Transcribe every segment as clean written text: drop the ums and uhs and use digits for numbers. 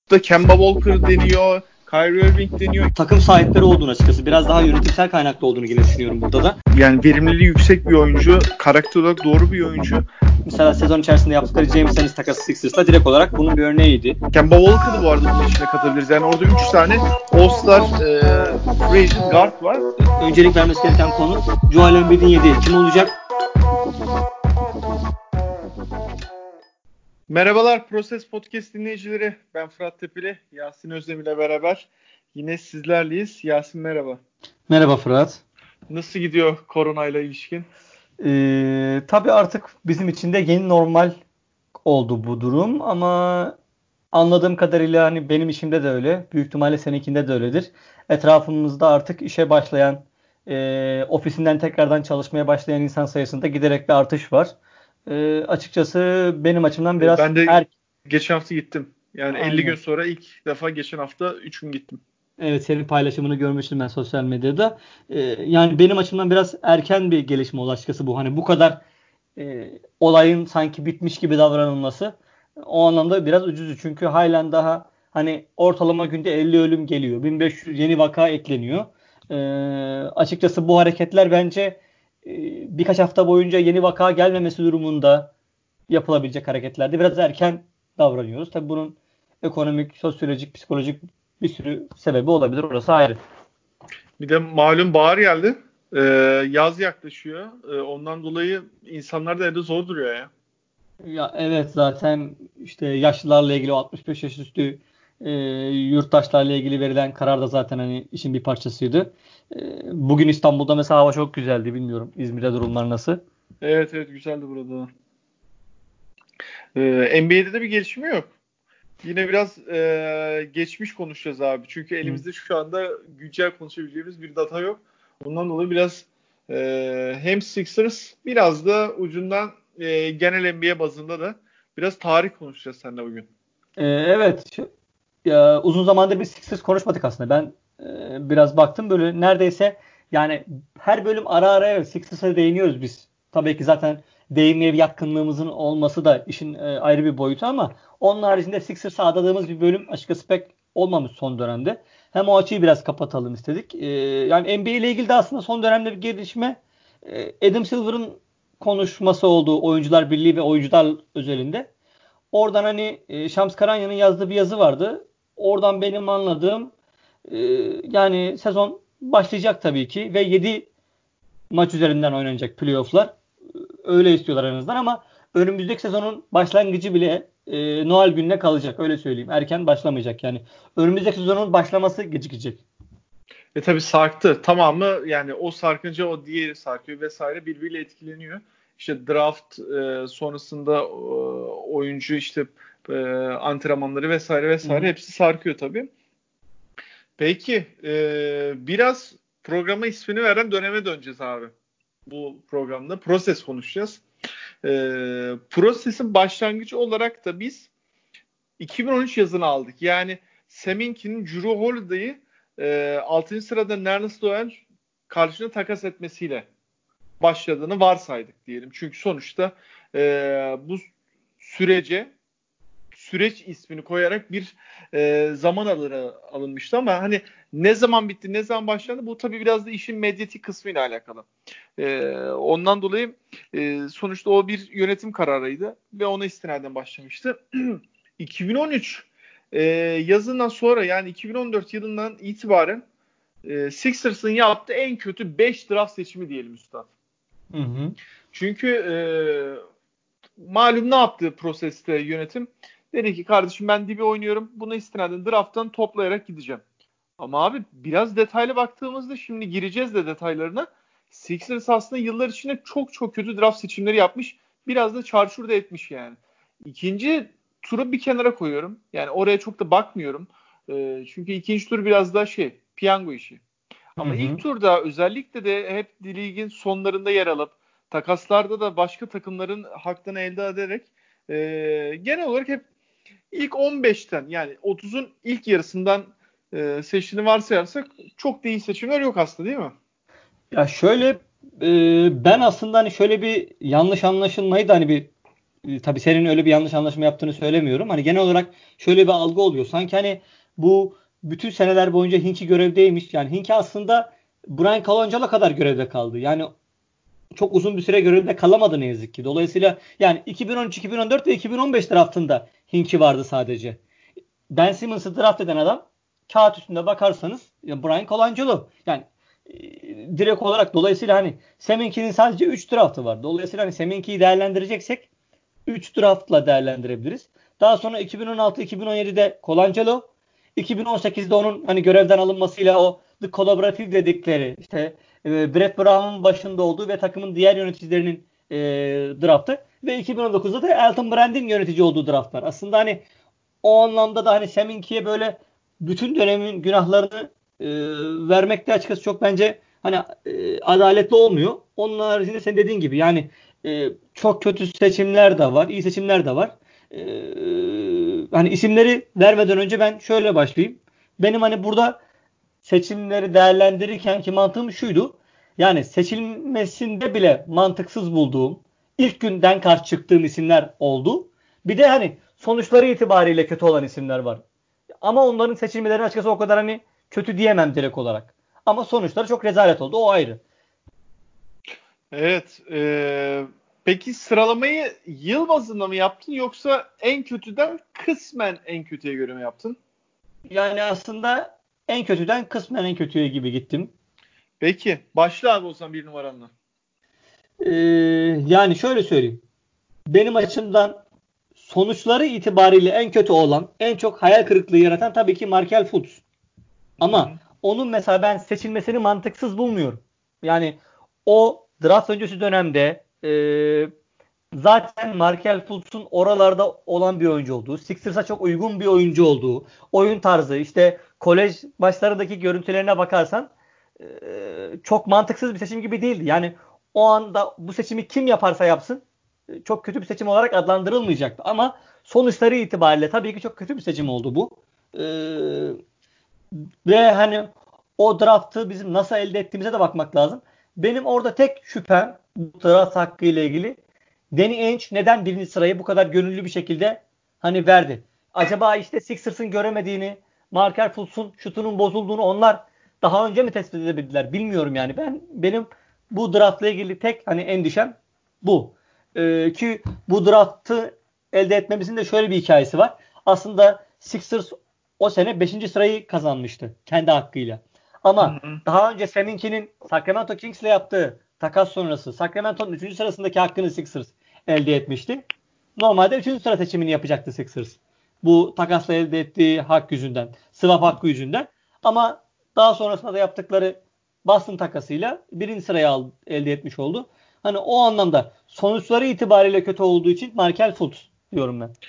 da Kemba Walker deniyor, Kyrie Irving deniyor. Takım sahipleri olduğunu açıkçası. Biraz daha yönetimsel kaynaklı olduğunu yine düşünüyorum burada da. Yani verimliliği yüksek bir oyuncu, karakter olarak doğru bir oyuncu. Mesela sezon içerisinde yaptıkları James Ennis takası Sixers'la direkt olarak bunun bir örneğiydi. Kemba Walker'ı bu arada bunun içine katabiliriz. Yani orada 3 tane All-Star Free Agent Guard var. Öncelik vermesi gereken konu Joel Embiid'in yediği kim olacak? Merhabalar Proses Podcast dinleyicileri. Ben Fırat Tepeli, Yasin Özdemir ile beraber yine sizlerleyiz. Yasin merhaba. Merhaba Fırat. Nasıl gidiyor koronayla ilişkin? Tabii artık bizim için de yeni normal oldu bu durum ama anladığım kadarıyla hani benim işimde de öyle. Büyük ihtimalle seninkinde de öyledir. Etrafımızda artık işe başlayan, ofisinden tekrardan çalışmaya başlayan insan sayısında giderek bir artış var. Açıkçası benim açımdan biraz Ben de geçen hafta gittim. Yani Aynen. 50 gün sonra ilk defa geçen hafta 3 gün gittim. Evet, senin paylaşımını görmüştüm ben sosyal medyada. Yani benim açımdan biraz erken bir gelişme oldu açıkçası bu. Hani bu kadar olayın sanki bitmiş gibi davranılması o anlamda biraz ucuz. Çünkü halen daha hani ortalama günde 50 ölüm geliyor. 1500 yeni vaka ekleniyor. Açıkçası bu hareketler bence birkaç hafta boyunca yeni vaka gelmemesi durumunda yapılabilecek hareketlerdi. Biraz erken davranıyoruz. Tabii bunun ekonomik, sosyolojik, psikolojik bir sürü sebebi olabilir. Orası ayrı. Bir de malum bahar geldi. Yaz yaklaşıyor. Ondan dolayı insanlar da evde zor duruyor ya. Ya evet, zaten işte yaşlılarla ilgili o 65 yaş üstü yurttaşlarla ilgili verilen karar da zaten hani işin bir parçasıydı. Bugün İstanbul'da mesela hava çok güzeldi. Bilmiyorum İzmir'de durumlar nasıl? Evet güzeldi burada. NBA'de de bir gelişme yok. Yine biraz geçmiş konuşacağız abi. Çünkü elimizde şu anda güncel konuşabileceğimiz bir data yok. Bundan dolayı biraz hem Sixers biraz da ucundan genel NBA bazında da biraz tarih konuşacağız seninle bugün. Evet. Ya, uzun zamandır bir Sixers konuşmadık aslında. Ben biraz baktım böyle neredeyse yani her bölüm ara ara evet, Sixers'a değiniyoruz biz. Tabii ki zaten değinmeye bir yatkınlığımızın olması da işin ayrı bir boyutu ama onun haricinde Sixers'a adadığımız bir bölüm açıkçası pek olmamış son dönemde. Hem o açıyı biraz kapatalım istedik. Yani NBA ile ilgili de aslında son dönemde bir gelişme Adam Silver'ın konuşması olduğu Oyuncular Birliği ve oyuncular özelinde. Oradan hani Şams Karanya'nın yazdığı bir yazı vardı. Oradan benim anladığım e, yani sezon başlayacak tabii ki ve 7 maç üzerinden oynanacak playoff'lar. Öyle istiyorlar en azından ama önümüzdeki sezonun başlangıcı bile Noel gününe kalacak. Öyle söyleyeyim. Erken başlamayacak yani. Önümüzdeki sezonun başlaması gecikecek. Tabii sarktı. Tamamı yani o sarkınca o diğeri sarkıyor vesaire birbiriyle etkileniyor. İşte draft sonrasında oyuncu işte antrenmanları vesaire hepsi sarkıyor tabii. Peki biraz programa ismini veren döneme döneceğiz abi. Bu programda proses konuşacağız. Prosesin başlangıcı olarak da biz 2013 yazını aldık. Yani Seminki'nin Drew Holiday'i 6. sırada Nerlens Noel karşına takas etmesiyle başladığını varsaydık diyelim. Çünkü sonuçta bu süreç ismini koyarak bir zaman alınmıştı ama hani ne zaman bitti, ne zaman başlandı bu tabii biraz da işin medyatik kısmıyla alakalı. Ondan dolayı sonuçta o bir yönetim kararıydı ve ona istinaden başlamıştı. 2013 yazından sonra yani 2014 yılından itibaren Sixers'ın yaptığı en kötü 5 draft seçimi diyelim üstad. Hı hı. Çünkü malum ne yaptı proseste yönetim? Dedi ki kardeşim ben dibi oynuyorum. Buna istinaden drafttan toplayarak gideceğim. Ama abi biraz detaylı baktığımızda şimdi gireceğiz de detaylarına. Sixers aslında yıllar içinde çok kötü draft seçimleri yapmış. Biraz da çarçur da etmiş yani. İkinci turu bir kenara koyuyorum. Yani oraya çok da bakmıyorum. Çünkü ikinci tur biraz daha piyango işi. Hı Ama ilk hı. turda özellikle de hep ligin sonlarında yer alıp takaslarda da başka takımların haklarını elde ederek genel olarak hep ilk 15'ten yani 30'un ilk yarısından seçtiğini varsayarsak çok da iyi seçimler yok aslında değil mi? Ya şöyle ben aslında hani şöyle bir yanlış anlaşılmayı da hani bir Tabii senin öyle bir yanlış anlaşma yaptığını söylemiyorum. Hani genel olarak şöyle bir algı oluyor. Sanki hani bu bütün seneler boyunca Hinkie görevdeymiş. Yani Hinkie aslında Brian Colangelo kadar görevde kaldı. Yani çok uzun bir süre görevde kalamadı ne yazık ki. Dolayısıyla yani 2013, 2014 ve 2015 draftında Hinkie vardı sadece. Ben Simmons'ı draft eden adam kağıt üstünde bakarsanız Brian Colangelo. Yani direkt olarak dolayısıyla hani Seminki'nin sadece 3 draftı var. Dolayısıyla hani Seminki'yi değerlendireceksek 3 draftla değerlendirebiliriz. Daha sonra 2016-2017'de Colangelo, 2018'de onun hani görevden alınmasıyla o The Collaborative dedikleri işte Brett Brown'un başında olduğu ve takımın diğer yöneticilerinin draftı ve 2019'da da Elton Brand'in yönetici olduğu draftlar. Aslında hani o anlamda da hani Seminki'ye böyle bütün dönemin günahlarını e, vermekte açıkçası çok bence hani adaletli olmuyor. Onun haricinde senin dediğin gibi yani çok kötü seçimler de var, iyi seçimler de var. E, Hani isimleri vermeden önce ben şöyle başlayayım. Benim hani burada seçimleri değerlendirirken ki mantığım şuydu. Yani seçilmesinde bile mantıksız bulduğum, ilk günden karşı çıktığım isimler oldu. Bir de hani sonuçları itibariyle kötü olan isimler var. Ama onların seçilmeleri açıkçası o kadar hani kötü diyemem direkt olarak. Ama sonuçları çok rezalet oldu. O ayrı. Evet. Peki sıralamayı yıl bazında mı yaptın yoksa en kötüden kısmen en kötüye göre mi yaptın? Yani aslında en kötüden kısmen en kötüye gibi gittim. Peki. Başla abi o zaman bir numaranla. Ee, Yani şöyle söyleyeyim. Benim açımdan sonuçları itibariyle en kötü olan, en çok hayal kırıklığı yaratan tabii ki Markel Fultz. Hı Ama hı. onun mesela ben seçilmesini mantıksız bulmuyorum. Yani o draft öncesi dönemde zaten Markel Fultz'un oralarda olan bir oyuncu olduğu, Sixers'a çok uygun bir oyuncu olduğu, oyun tarzı işte kolej başlarındaki görüntülerine bakarsan çok mantıksız bir seçim gibi değildi. Yani o anda bu seçimi kim yaparsa yapsın çok kötü bir seçim olarak adlandırılmayacaktı. Ama sonuçları itibariyle tabii ki çok kötü bir seçim oldu bu. E, Ve hani o draftı bizim nasıl elde ettiğimize de bakmak lazım. Benim orada tek şüphem bu draft hakkı ile ilgili Danny Ainge neden birinci sırayı bu kadar gönüllü bir şekilde hani verdi? Acaba işte Sixers'ın göremediğini, Markel Fultz'un şutunun bozulduğunu onlar daha önce mi tespit edebildiler? Bilmiyorum yani. Benim bu draftla ilgili tek hani endişem bu. Ki bu draftı elde etmemizin de şöyle bir hikayesi var. Aslında Sixers o sene beşinci sırayı kazanmıştı kendi hakkıyla. Hı Ama hı. daha önce Seminki'nin Sacramento Kings'le yaptığı takas sonrası Sacramento'nun 3. sırasındaki hakkını Sixers elde etmişti. Normalde 3. sıra seçimini yapacaktı Sixers. Bu takasla elde ettiği hak yüzünden, swap hakkı yüzünden. Ama daha sonrasında da yaptıkları Boston takasıyla birinci sırayı elde etmiş oldu. Hani o anlamda sonuçları itibariyle kötü olduğu için Markel Fultz diyorum ben.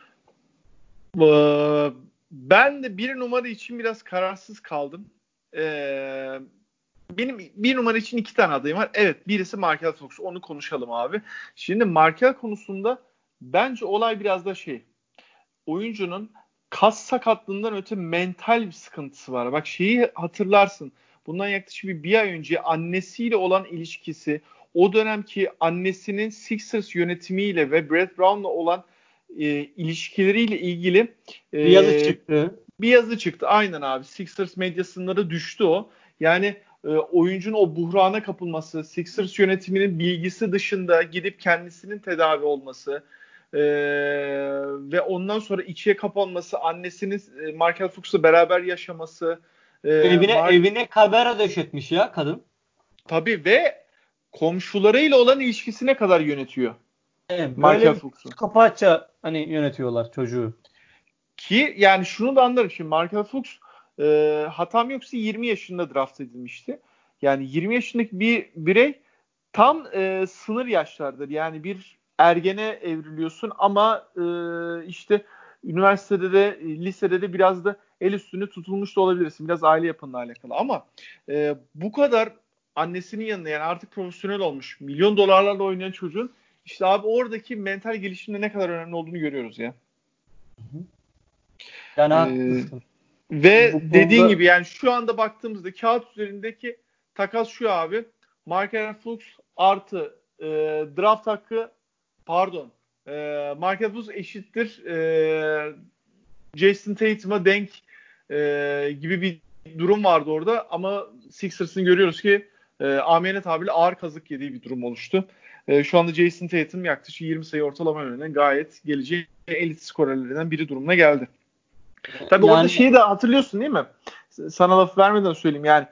Ben de bir numara için biraz kararsız kaldım. Ee, Benim bir numara için iki tane adayım var. Evet, birisi Markel Fultz. Onu konuşalım abi. Şimdi Markel konusunda bence olay biraz da oyuncunun kas sakatlığından öte mental bir sıkıntısı var. Bak şeyi hatırlarsın. Bundan yaklaşık bir ay önce annesiyle olan ilişkisi, o dönemki annesinin Sixers yönetimiyle ve Brett Brown'la olan ilişkileriyle ilgili Bir yazı e, çıktı. bir yazı çıktı. Aynen abi. Sixers medyasında da düştü o. Yani oyuncunun o buhrana kapılması, Sixers yönetiminin bilgisi dışında gidip kendisinin tedavi olması e, ve ondan sonra içiye kapanması, annesinin Markel Fuchs'la beraber yaşaması, Mark Evine kamera döşetmiş ya kadın. tabii ve komşularıyla olan ilişkisine kadar yönetiyor Böyle Markel bir Fuchs'u. psikopatça hani yönetiyorlar çocuğu. Ki yani şunu da anlarım. Şimdi Markel Fuchs hatam yoksa 20 yaşında draft edilmişti. Yani 20 yaşındaki bir birey tam sınır yaşlardır. Yani bir ergene evriliyorsun ama işte üniversitede de lisede de biraz da el üstünde tutulmuş da olabilirsin. Biraz aile yapınla alakalı ama bu kadar annesinin yanında yani artık profesyonel olmuş milyon dolarlarla oynayan çocuğun işte abi oradaki mental gelişimde ne kadar önemli olduğunu görüyoruz ya. Yani Ee, haklısın. Ve Bu dediğin konuda gibi yani şu anda baktığımızda kağıt üzerindeki takas şu abi. Markel Fultz artı draft hakkı pardon Markel Fultz eşittir Jason Tatum'a denk gibi bir durum vardı orada ama Sixers'ın görüyoruz ki amiyane tabirle ağır kazık yediği bir durum oluştu. Şu anda Jason Tatum yaklaşık 20 sayı ortalama yönüne gayet geleceğin elit skorerlerinden biri durumuna geldi. Tabii orada şeyi de hatırlıyorsun değil mi? Sana laf vermeden söyleyeyim. Yani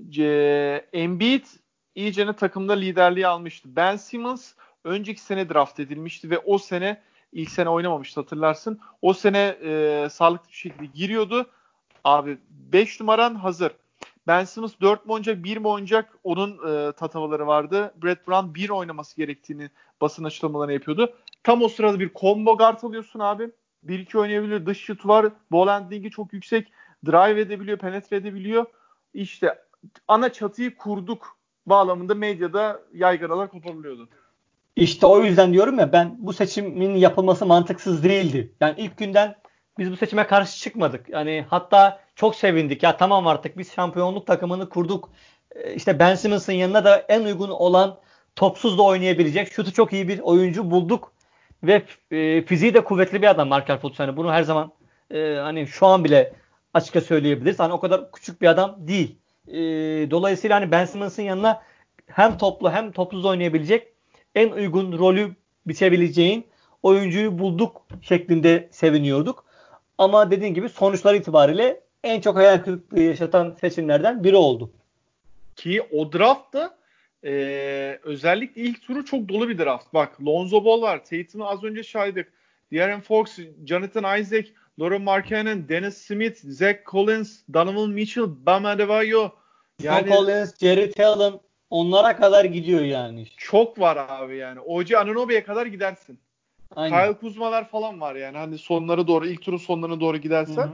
Embiid iyicene takımda liderliği almıştı. Ben Simmons önceki sene draft edilmişti ve o sene ilk sene oynamamıştı hatırlarsın. O sene sağlıklı bir şekilde giriyordu. Abi 5 numaran hazır. Ben Simmons 4 mu oynayacak 1 mi oynayacak onun tatavaları vardı. Brett Brown 1 oynaması gerektiğini basın açıklamalarını yapıyordu. Tam o sırada bir combo guard alıyorsun abi. 1-2 oynayabiliyor. Dış şut var. Ball handling'i çok yüksek. Drive edebiliyor. Penetre edebiliyor. İşte ana çatıyı kurduk bağlamında medyada yaygaralar koparılıyordu. İşte o yüzden diyorum ya ben bu seçimin yapılması mantıksız değildi. Yani ilk günden biz bu seçime karşı çıkmadık. Yani hatta çok sevindik. Ya tamam artık biz şampiyonluk takımını kurduk. İşte Ben Simmons'ın yanına da en uygun olan topsuz da oynayabilecek, şutu çok iyi bir oyuncu bulduk. Ve fiziği de kuvvetli bir adam Markel Fultz. Yani bunu her zaman hani şu an bile açıkça söyleyebiliriz. Hani o kadar küçük bir adam değil. Dolayısıyla hani Ben Simmons'ın yanına hem toplu hem topsuz oynayabilecek en uygun rolü biçebileceğin oyuncuyu bulduk şeklinde seviniyorduk. Ama dediğin gibi sonuçlar itibariyle en çok hayal kırıklığı yaşatan seçimlerden biri oldu. Ki o draftta özellikle ilk turu çok dolu bir draft. Bak Lonzo Ball var. Tatum'u az önce saydık. De'Aaron Fox, Jonathan Isaac, Lauren Markkanen, Dennis Smith, Zach Collins, Donovan Mitchell, Bam Adebayo. John Collins, Jared Allen onlara kadar gidiyor yani. Çok var abi yani. OG Anunoby'ye kadar gidersin. Aynen. Kyle Kuzmalar falan var yani. Hani sonlara doğru, ilk turun sonlarına doğru gidersen.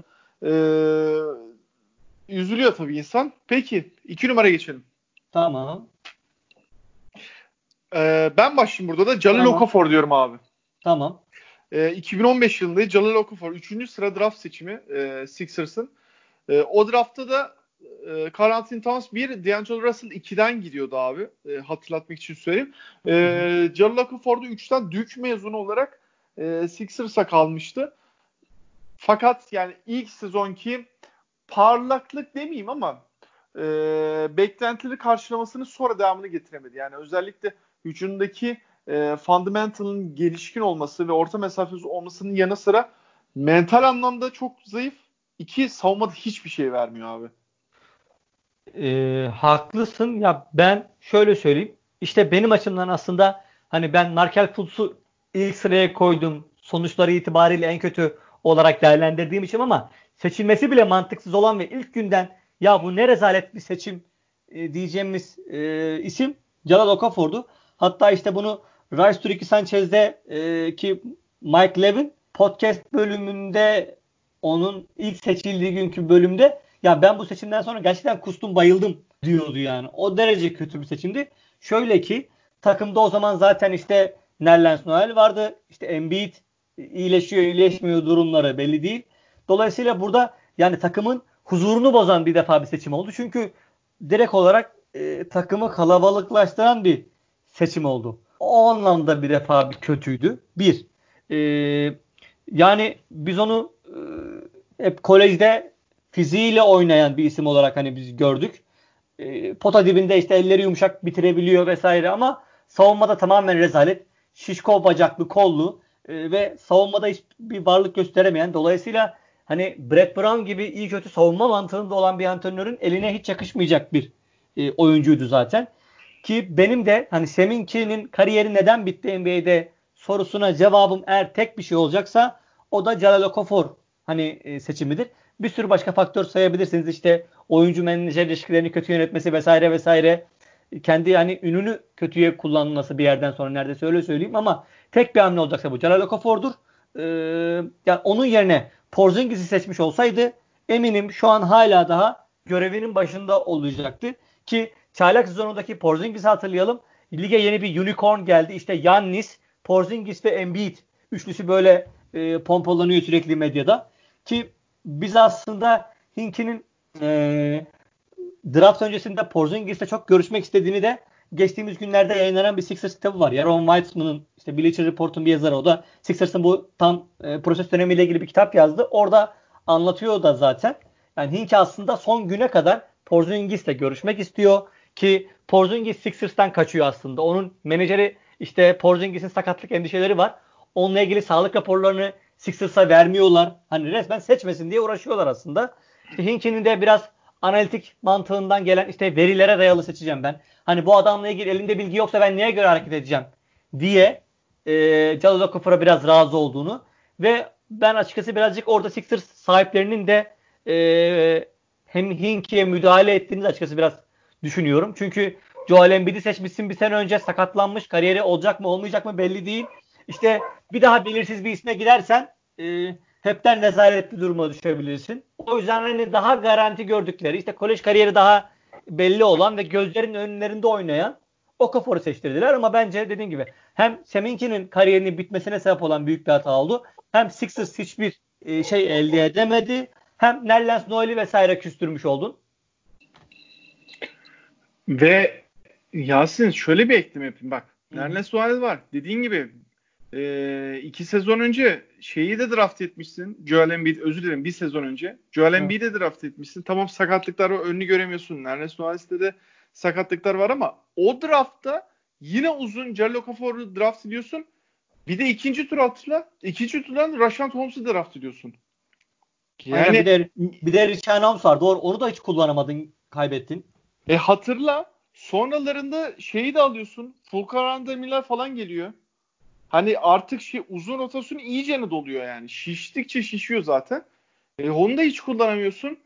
Üzülüyor tabii insan. Peki 2 numara geçelim. Tamam. Ben başlayayım burada da. Jahlil Okafor diyorum abi. Tamam. 2015 yılında Jahlil Okafor 3. sıra draft seçimi Sixers'ın. O draftta da Karl Anthony Towns 1, D'Angelo Russell 2'den gidiyordu abi. Hatırlatmak için söyleyeyim. Jahlil Okafor da 3'ten Duke mezunu olarak Sixers'a kalmıştı. Fakat yani ilk sezonki parlaklık demeyeyim ama beklentileri karşılamasını sonra devamını getiremedi. Yani özellikle hücumdaki fundamental'ın gelişkin olması ve orta mesafesi olmasının yanı sıra mental anlamda çok zayıf. 2 savunmada hiçbir şey vermiyor abi. Haklısın. Ya ben şöyle söyleyeyim. İşte benim açımdan aslında hani ben Markel Fultz'u ilk sıraya koydum. Sonuçları itibariyle en kötü olarak değerlendirdiğim için ama seçilmesi bile mantıksız olan ve ilk günden ya bu ne rezalet bir seçim diyeceğimiz isim Jahlil Okafor'du. Hatta işte bunu Rise to Ricky Sanchez'de ki Mike Levin podcast bölümünde onun ilk seçildiği günkü bölümde ya ben bu seçimden sonra gerçekten kustum bayıldım diyordu yani. O derece kötü bir seçimdi. Şöyle ki takımda o zaman zaten işte Nerlens Noel vardı. İşte Embiid iyileşiyor iyileşmiyor durumları belli değil. Dolayısıyla burada yani takımın huzurunu bozan bir defa bir seçim oldu. Çünkü direkt olarak takımı kalabalıklaştıran bir seçim oldu. O anlamda bir defa bir kötüydü. Bir. Yani biz onu hep kolejde fiziğiyle oynayan bir isim olarak hani biz gördük. Pota dibinde işte elleri yumuşak bitirebiliyor vesaire ama savunmada tamamen rezalet. Şişko bacaklı, kollu ve savunmada hiçbir varlık gösteremeyen. Dolayısıyla hani Brett Brown gibi iyi kötü savunma mantığında olan bir antrenörün eline hiç yakışmayacak bir oyuncuydu zaten. Ki benim de hani Seminki'nin kariyeri neden bitti NBA'de sorusuna cevabım eğer tek bir şey olacaksa o da Jahlil Okafor hani seçimidir. Bir sürü başka faktör sayabilirsiniz. İşte oyuncu menajer ilişkilerini kötü yönetmesi vesaire vesaire. Kendi yani ününü kötüye kullanması bir yerden sonra neredeyse öyle söyleyeyim ama tek bir hamle olacaksa bu Jahlil Okafor'dur. Yani onun yerine Porzingis'i seçmiş olsaydı eminim şu an hala daha görevinin başında olacaktı. Ki çaylak sezonundaki Porzingis'i hatırlayalım. Lige yeni bir unicorn geldi. İşte Yannis, Porzingis ve Embiid üçlüsü böyle pompalanıyor sürekli medyada. Ki biz aslında Hinki'nin draft öncesinde Porzingis'le çok görüşmek istediğini de geçtiğimiz günlerde yayınlanan bir Sixers kitabı var. Ron Weitzman'ın işte Bleacher Report'un bir yazarı. O da Sixers'ın bu tam proses dönemiyle ilgili bir kitap yazdı. Orada anlatıyor da zaten. Yani Hinkie aslında son güne kadar Porzingis'le görüşmek istiyor ki Porzingis Sixers'tan kaçıyor aslında. Onun menajeri işte Porzingis'in sakatlık endişeleri var. Onunla ilgili sağlık raporlarını Sixers'a vermiyorlar. Hani resmen seçmesin diye uğraşıyorlar aslında. İşte Hinkie'nin de biraz analitik mantığından gelen işte verilere dayalı seçeceğim ben. Hani bu adamla ilgili elimde bilgi yoksa ben neye göre hareket edeceğim diye Jahlil Okafor'a biraz razı olduğunu ve ben açıkçası birazcık orada Sixers sahiplerinin de hem Hinkie'ye müdahale ettiğini açıkçası biraz düşünüyorum. Çünkü Joel Embiid'i seçmişsin bir sene önce, sakatlanmış. Kariyeri olacak mı olmayacak mı belli değil. İşte bir daha belirsiz bir isme gidersen hepten rezaletli duruma düşebilirsin. O yüzden hani daha garanti gördükleri, işte kolej kariyeri daha belli olan ve gözlerin önlerinde oynayan Okafor'u seçtirdiler. Ama bence dediğim gibi hem Seminki'nin kariyerinin bitmesine sebep olan büyük bir hata oldu. Hem Sixers hiçbir şey elde edemedi. Hem Nerlens Noel'i vesaire küstürmüş oldun. Ve Yasin şöyle bir ekleme yapayım bak. Nerlens Noel var. Dediğin gibi 2 sezon önce şeyi de draft etmişsin. Joel Embiid, özür dilerim, bir sezon önce. Joel Embiid'i de draft etmişsin. Tamam, sakatlıklar var, önünü göremiyorsun. Nerlens Noel'de de sakatlıklar var ama o draftta yine uzun Jahlil Okafor'u draft ediyorsun. Bir de ikinci tur atla. İkinci turdan Rashawn Holmes'u draft ediyorsun. Yani aynen, bir de Richard Holmes var. Doğru, onu da hiç kullanamadın, kaybettin. Hatırla, sonralarında şeyi de alıyorsun. Furkan Demirler falan geliyor. Hani artık uzun rotasyon iyicene doluyor yani. Şiştikçe şişiyor zaten. Onu da hiç kullanamıyorsun.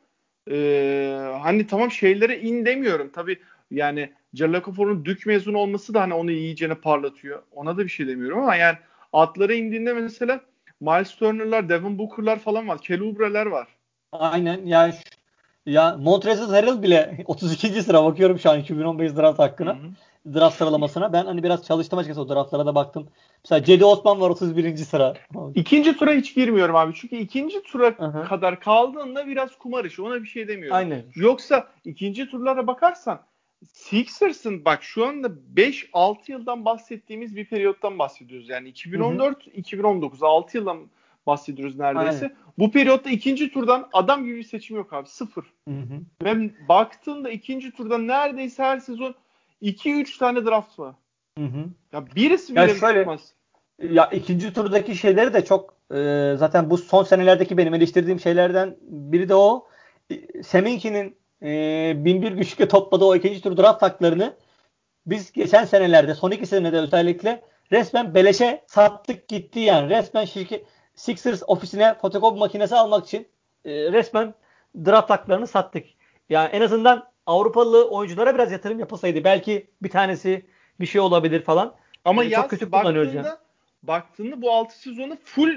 Hani tamam, şeylere in demiyorum. Tabii yani Jahlil Okafor'un Dük mezunu olması da hani onu iyicene parlatıyor. Ona da bir şey demiyorum ama yani atlara indiğinde mesela Miles Turner'lar, Devin Booker'lar falan var. Kelly Oubre'ler var. Aynen yani ya Montrezl Harrell bile 32. sıra, bakıyorum şu an 2015 draft hakkına. Hı-hı. Draft sıralamasına. Ben hani biraz çalıştım açıkçası, o draftlara da baktım. Mesela Cedi Osman var 31. sıra. İkinci tura hiç girmiyorum abi. Çünkü ikinci tura Hı-hı. kadar kaldığında biraz kumar işi. Ona bir şey demiyorum. Aynen. Yoksa ikinci turlara bakarsan Sixers'ın bak şu anda 5-6 yıldan bahsettiğimiz bir periyottan bahsediyoruz. Yani 2014-2019 6 yıldan bahsediyoruz neredeyse. Aynen. Bu periyotta ikinci turdan adam gibi bir seçim yok abi. Sıfır. Hı-hı. Ve baktığında ikinci turda neredeyse her sezon 2-3 tane draft var. Hı-hı. Ya birisi Ya bile şöyle, tutmaz. ya ikinci turdaki şeyleri de çok zaten bu son senelerdeki benim eleştirdiğim şeylerden biri de o. Seminki'nin binbir güçlükle topladığı o ikinci tur draft haklarını biz geçen senelerde, son 2 senede özellikle resmen beleşe sattık gitti yani. Resmen şirket Sixers ofisine fotokopi makinesi almak için resmen draft haklarını sattık. Yani en azından Avrupalı oyunculara biraz yatırım yapılsaydı belki bir tanesi bir şey olabilir falan. Ama Çok kötü Yasin kullanıyoruz yani. baktığında bu 6 sezonu full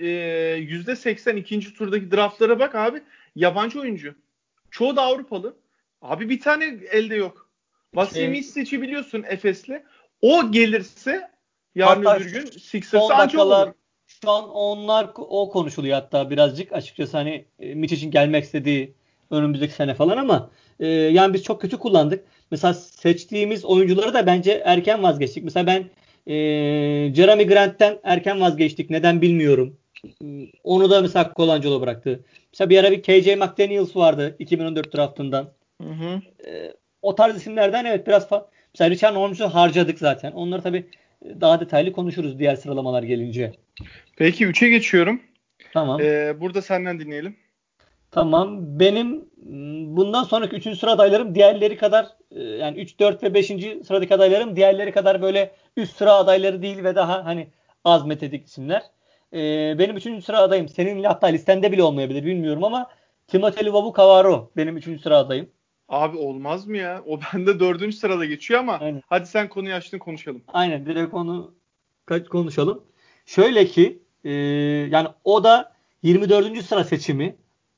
%80 ikinci turdaki draftlara bak abi. Yabancı oyuncu. Çoğu da Avrupalı. Abi bir tane elde yok. Vasilij Şey, Misic'i biliyorsun, Efes'le. O gelirse yarın hatta öbür gün Sixers'a son anca olur. dakikalar şu an o konuşuluyor hatta birazcık açıkçası, hani Mitch için gelmek istediği önümüzdeki sene falan ama yani biz çok kötü kullandık. Mesela seçtiğimiz oyuncuları da bence erken vazgeçtik. Mesela ben Jeremy Grant'ten erken vazgeçtik. Neden bilmiyorum. Onu da mesela Colangelo bıraktı. Mesela bir ara bir KJ McDaniels vardı 2014 draftından. Hı hı. O tarz isimlerden evet biraz mesela Richard Holmes'u harcadık zaten. Onları tabii daha detaylı konuşuruz diğer sıralamalar gelince. Peki 3'e geçiyorum. Tamam. Burada senden dinleyelim. Tamam. Benim bundan sonraki 3. sıra adaylarım diğerleri kadar yani 3, 4 ve 5. sıradaki adaylarım diğerleri kadar böyle üst sıra adayları değil ve daha hani az metedik isimler. Benim 3. sıra adayım. Senin hatta listende bile olmayabilir bilmiyorum ama Timothé Luwawu-Cabarrot benim 3. sıra adayım. Abi olmaz mı ya? O bende 4. sırada geçiyor ama Aynen. hadi sen konuyu açtın, konuşalım. Aynen, direkt onu konuşalım. Şöyle ki yani o da 24. sıra seçimi.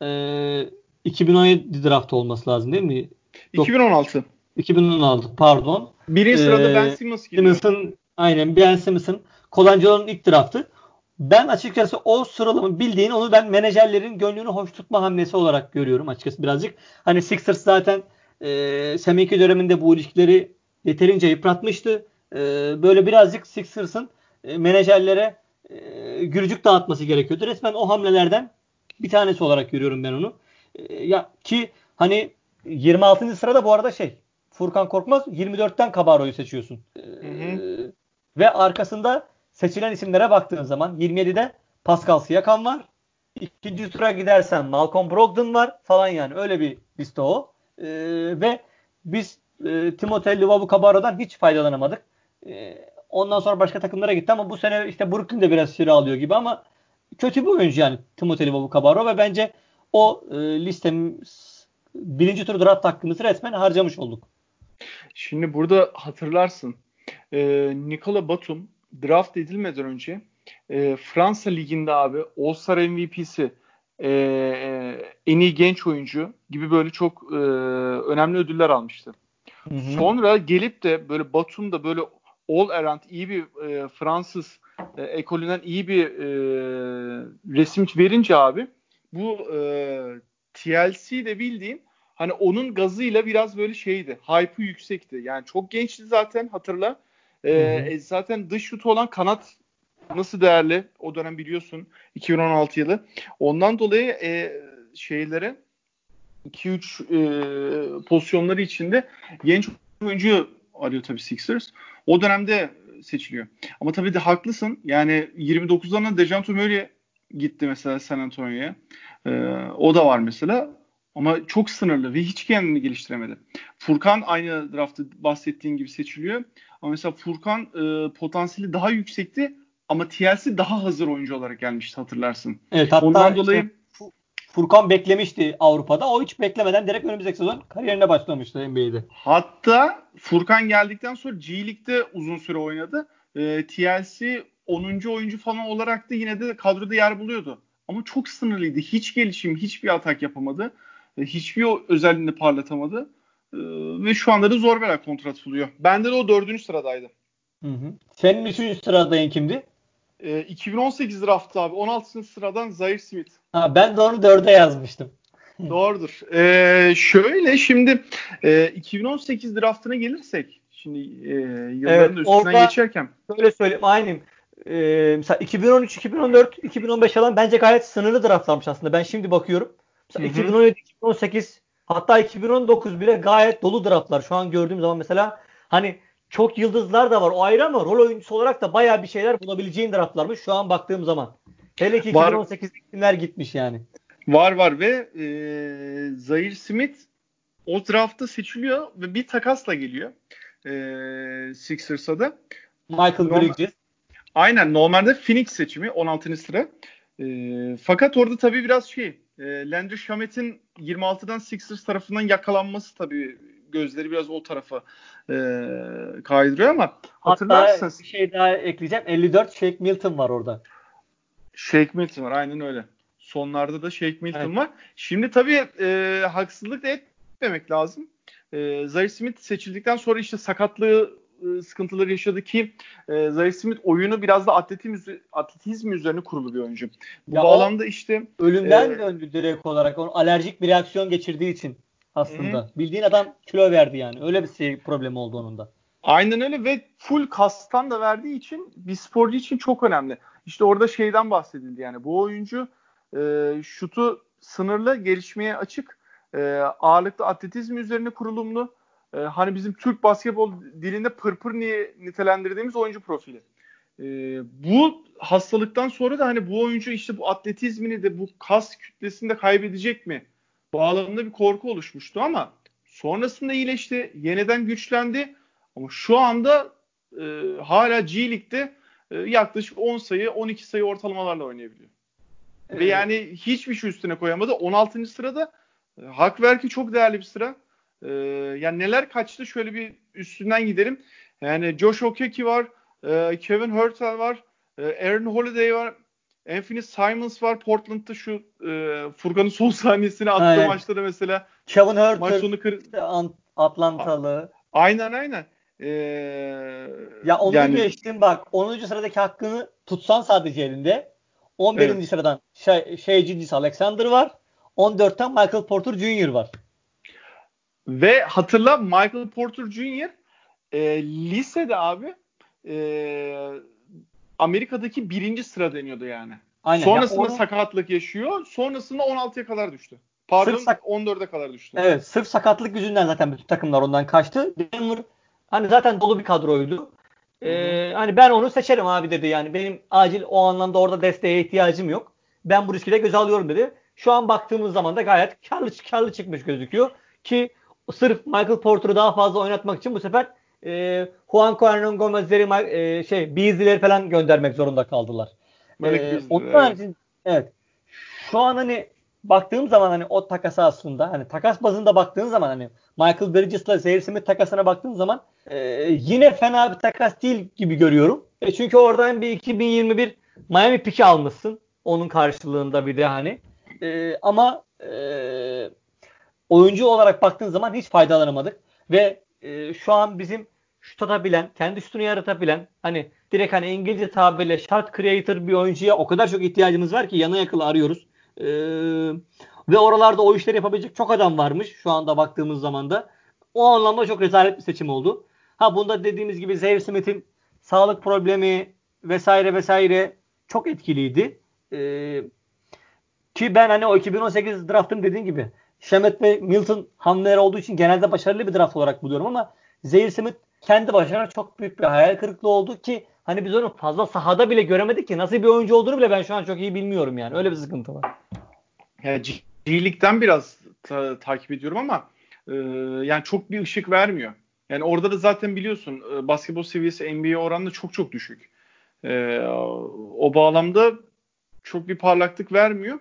2017 draft olması lazım değil mi? Yok, 2016. 2016 pardon. Birinci sırada Ben Simmons giriyor. Simmons'ın, aynen, Ben Simmons'ın Colangelo'nun ilk draftı. Ben açıkçası o sıralama bildiğin onu ben menajerlerin gönlünü hoş tutma hamlesi olarak görüyorum açıkçası birazcık. Hani Sixers zaten Seminki döneminde bu ilişkileri yeterince yıpratmıştı. Böyle birazcık Sixers'ın menajerlere gülücük dağıtması gerekiyordu. Resmen o hamlelerden bir tanesi olarak görüyorum ben onu. Ya ki hani 26. sırada bu arada Furkan Korkmaz 24'ten Cabarro'yu seçiyorsun. Hı hı. Ve arkasında seçilen isimlere baktığın zaman 27'de Pascal Siakam var. İkinci tura gidersen Malcolm Brogdon var falan, yani öyle bir liste o. Ve biz Timothée Luwawu-Cabarro'dan hiç faydalanamadık. Ondan sonra başka takımlara gitti ama bu sene işte Brooklyn'de biraz süre alıyor gibi, ama kötü bir oyuncu yani Timothée Luwawu-Cabarro ve bence o listemiz birinci tur draft hakkımızı resmen harcamış olduk. Şimdi burada hatırlarsın. Nikola Batum draft edilmeden önce Fransa Ligi'nde abi All-Star MVP'si, en iyi genç oyuncu gibi böyle çok önemli ödüller almıştı. Hı hı. Sonra gelip de böyle Batum'da böyle all-around iyi bir Fransız ekolünden iyi bir resim verince abi bu TLC de bildiğin hani onun gazıyla biraz böyle şeydi. Hype'ı yüksekti. Yani çok gençti zaten, hatırla. Hı hı. Zaten dış şutu olan kanat nasıl değerli o dönem biliyorsun, 2016 yılı. Ondan dolayı şeylere 2-3 pozisyonları içinde genç oyuncu arıyor tabii Sixers. O dönemde seçiliyor. Ama tabii de haklısın. Yani 29'larına Dejounte Murray gitti mesela San Antonio'ya. O da var mesela. Ama çok sınırlı ve hiç kendini geliştiremedi. Furkan aynı draftı bahsettiğin gibi seçiliyor. Ama mesela Furkan potansiyeli daha yüksekti ama TLC daha hazır oyuncu olarak gelmişti, hatırlarsın. Evet, Ondan hatta işte dolayı Furkan beklemişti Avrupa'da. O hiç beklemeden direkt önümüzdeki sezon kariyerine başlamıştı NBA'de. hatta Furkan geldikten sonra G League'de uzun süre oynadı. TLC 10. oyuncu falan olarak da yine de kadroda yer buluyordu. Ama çok sınırlıydı. Hiç gelişim, hiçbir atak yapamadı. Hiçbir o özelliğini parlatamadı. Ve şu anda da zor bela kontrat buluyor. Bende de o 4. sıradaydı. Hı hı. Senin üçüncü sıradayın kimdi? 2018 draftı abi. 16. sıradan Zaire Smith. Ha, ben de onu dörde yazmıştım. Doğrudur. Şöyle şimdi 2018 draftına gelirsek, şimdi Evet, yılların da üstünden orada geçerken şöyle söyleyeyim, aynıyım. Mesela 2013, 2014, 2015 falan bence gayet sınırlı draftlanmış aslında. Ben şimdi bakıyorum. hı Mesela hı. 2017, 2018, hatta 2019 bile gayet dolu draftlar. Şu an gördüğüm zaman mesela hani çok yıldızlar da var, o ayrı, ama rol oyuncusu olarak da bayağı bir şeyler bulabileceğin draftlarmış şu an baktığım zaman. Hele ki Var 2018'de kimler gitmiş yani. var ve Zaire Smith o draftta seçiliyor ve bir takasla geliyor Sixers'a da. Michael Normal, Bridges. aynen normalde Phoenix seçimi 16. sıra. Fakat orada tabii biraz Landry Shamet'in 26'dan Sixers tarafından yakalanması tabii gözleri biraz o tarafa e, kaydırıyor ama Hatta bir hatırlarsınız şey daha ekleyeceğim. 54 Shake Milton var orada. Shake Milton var, aynen öyle. Sonlarda da Shake Evet. Milton var. Şimdi tabii haksızlık da etmemek lazım. Zaire Smith seçildikten sonra işte sakatlığı sıkıntıları yaşadı ki Zaire Smith oyunu biraz da atletizm üzerine kurulu bir oyuncu. Bu Ya o bağlamda işte ölümden döndü direkt olarak. Onun alerjik bir reaksiyon geçirdiği için hı, aslında. Bildiğin adam kilo verdi yani. Öyle bir problemi oldu onun da. aynen öyle ve full kastan da verdiği için bir sporcu için çok önemli. İşte orada şeyden bahsedildi, yani bu oyuncu şutu sınırlı, gelişmeye açık, ağırlıklı atletizm üzerine kurulumlu. Hani bizim Türk basketbol dilinde pırpır diye nitelendirdiğimiz oyuncu profili. E, Bu hastalıktan sonra da hani bu oyuncu işte bu atletizmini de bu kas kütlesini de kaybedecek mi bağlamında bir korku oluşmuştu ama sonrasında iyileşti, yeniden güçlendi. Ama şu anda hala G League'de yaklaşık 10 sayı, 12 sayı ortalamalarla oynayabiliyor. Ve Ee, yani hiçbir şey üstüne koyamadı. 16. sırada, hak ver ki çok değerli bir sıra. Yani neler kaçtı, şöyle bir üstünden gidelim. Yani Josh Okeke var, Kevin Huerter var, Aaron Holiday var, Anthony Simons var. Portland'da şu Furkan'ın son saniyesine attığı evet. maçta da mesela Kevin maç Huerter sonu işte Atlantalı. aynen. Ya onu Yani geçtim bak. 10. sıradaki hakkını tutsan sadece elinde. 11. evet. sıradan Gilgeous Alexander var. 14'ten Michael Porter Jr. var. Ve hatırla, Michael Porter Jr. lisede abi Amerika'daki 1. sıra deniyordu yani. Aynen. Sonrasında sakatlık yaşıyor. Sonrasında 16'ya kadar düştü. Pardon, 14'e kadar düştü. Evet, sırf sakatlık yüzünden zaten bütün takımlar ondan kaçtı. Denver hani zaten dolu bir kadroydu. Hani ben onu seçerim abi dedi. Yani benim acil o anlamda orada desteğe ihtiyacım yok. Ben bu riski de göze alıyorum dedi. Şu an baktığımız zaman da gayet karlı çıkmış gözüküyor. Ki sırf Michael Porter'ı daha fazla oynatmak için bu sefer Juan Hernan Gomez'leri Beasley'leri falan göndermek zorunda kaldılar. Malik Beasley, Onun evet. haricinde evet. Şu an hani baktığım zaman hani o takası aslında hani takas bazında baktığın zaman hani Michael Bridges'la Zaire Smith takasına baktığın zaman yine fena bir takas değil gibi görüyorum. Çünkü oradan bir 2021 Miami pick'i almışsın. Onun karşılığında bir de hani. Ama oyuncu olarak baktığın zaman hiç faydalanamadık. Ve şu an bizim şut atabilen, kendi şutunu yaratabilen, hani direkt hani İngilizce tabirle shot creator bir oyuncuya o kadar çok ihtiyacımız var ki yana yakıla arıyoruz. Ve oralarda o işleri yapabilecek çok adam varmış şu anda baktığımız zaman da. O anlamda çok rezalet bir seçim oldu. Ha bunda dediğimiz gibi Zaire Smith'in sağlık problemi vesaire vesaire çok etkiliydi. Ki ben hani o 2018 draft'ın dediğin gibi Shamet ve Milton hamleleri olduğu için genelde başarılı bir draft olarak buluyorum ama Zaire Smith kendi başına çok büyük bir hayal kırıklığı oldu ki hani biz onu fazla sahada bile göremedik ki nasıl bir oyuncu olduğunu bile ben şu an çok iyi bilmiyorum yani. Öyle bir sıkıntı var. Yani G-League'den biraz takip ediyorum ama yani çok bir ışık vermiyor. Yani orada da zaten biliyorsun basketbol seviyesi NBA oranla çok çok düşük. O bağlamda çok bir parlaklık vermiyor.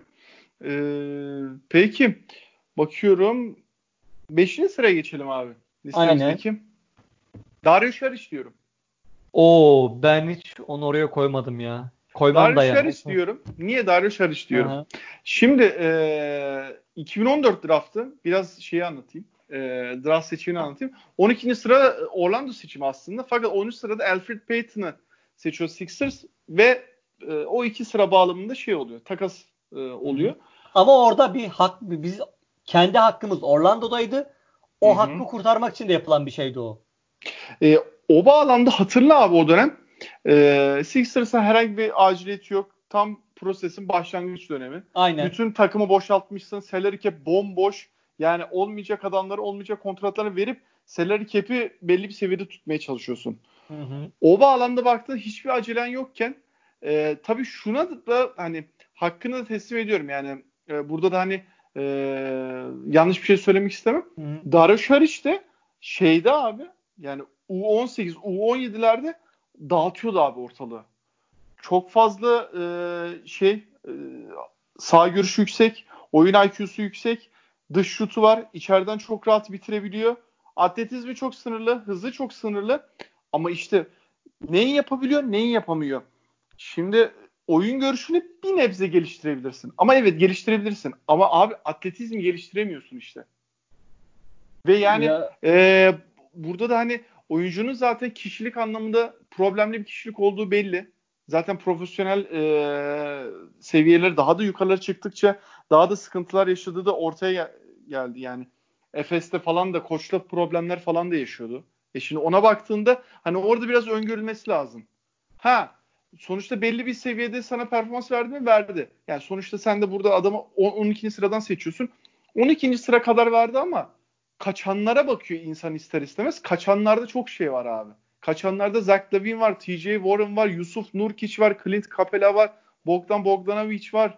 Peki bakıyorum 5. sıraya geçelim abi Aynen. listemizdeki. Dario Saric diyorum. Oo ben hiç onu oraya koymadım ya. Koymam Dario da yani. Saric diyorum. Niye Dario Saric diyorum? Aha. Şimdi 2014 draftı biraz şeyi anlatayım. Draft seçimini anlatayım. 12. sıra Orlando seçimi aslında. Fakat 13. sırada Elfrid Payton'ı seçiyor Sixers ve o 2 sıra bağlamında şey oluyor. Takas oluyor. Hı-hı. Ama orada bir hak biz kendi hakkımız Orlando'daydı. O Hı-hı. hakkı kurtarmak için de yapılan bir şeydi o. O bağlamda hatırla abi o dönem. Sixers'a herhangi bir aciliyeti yok. Tam prosesin başlangıç dönemi. Aynen. Bütün takımı boşaltmışsın. Salary cap bomboş. Yani olmayacak adamları olmayacak kontratları verip salary cap'i belli bir seviyede tutmaya çalışıyorsun. Hı-hı. O bağlamda baktığında hiçbir acelen yokken tabii şuna da hani hakkını da teslim ediyorum. Yani burada da hani e, yanlış bir şey söylemek istemem. Hı-hı. Dario Saric de şeyde abi yani U18, U17'lerde dağıtıyordu abi ortalığı. Çok fazla sağ görüşü yüksek, oyun IQ'su yüksek, dış şutu var, içeriden çok rahat bitirebiliyor. Atletizmi çok sınırlı, hızı çok sınırlı. Ama işte neyi yapabiliyor, neyi yapamıyor. Şimdi oyun görüşünü bir nebze geliştirebilirsin. Ama evet geliştirebilirsin. Ama abi atletizmi geliştiremiyorsun işte. Ve yani Ya burada da hani oyuncunun zaten kişilik anlamında problemli bir kişilik olduğu belli. Zaten profesyonel seviyeleri daha da yukarılara çıktıkça daha da sıkıntılar yaşadığı da ortaya geldi. Yani Efes'te falan da koçla problemler falan da yaşıyordu. Şimdi ona baktığında hani orada biraz öngörülmesi lazım. Ha sonuçta belli bir seviyede sana performans verdi mi? Verdi. Yani sonuçta sen de burada adamı 12. sıradan seçiyorsun. 12. sıra kadar verdi ama kaçanlara bakıyor insan ister istemez. Kaçanlarda çok şey var abi. Kaçanlarda Zach LaVine var, TJ Warren var, Yusuf Nurkic var, Clint Capela var, Bogdan Bogdanovic var.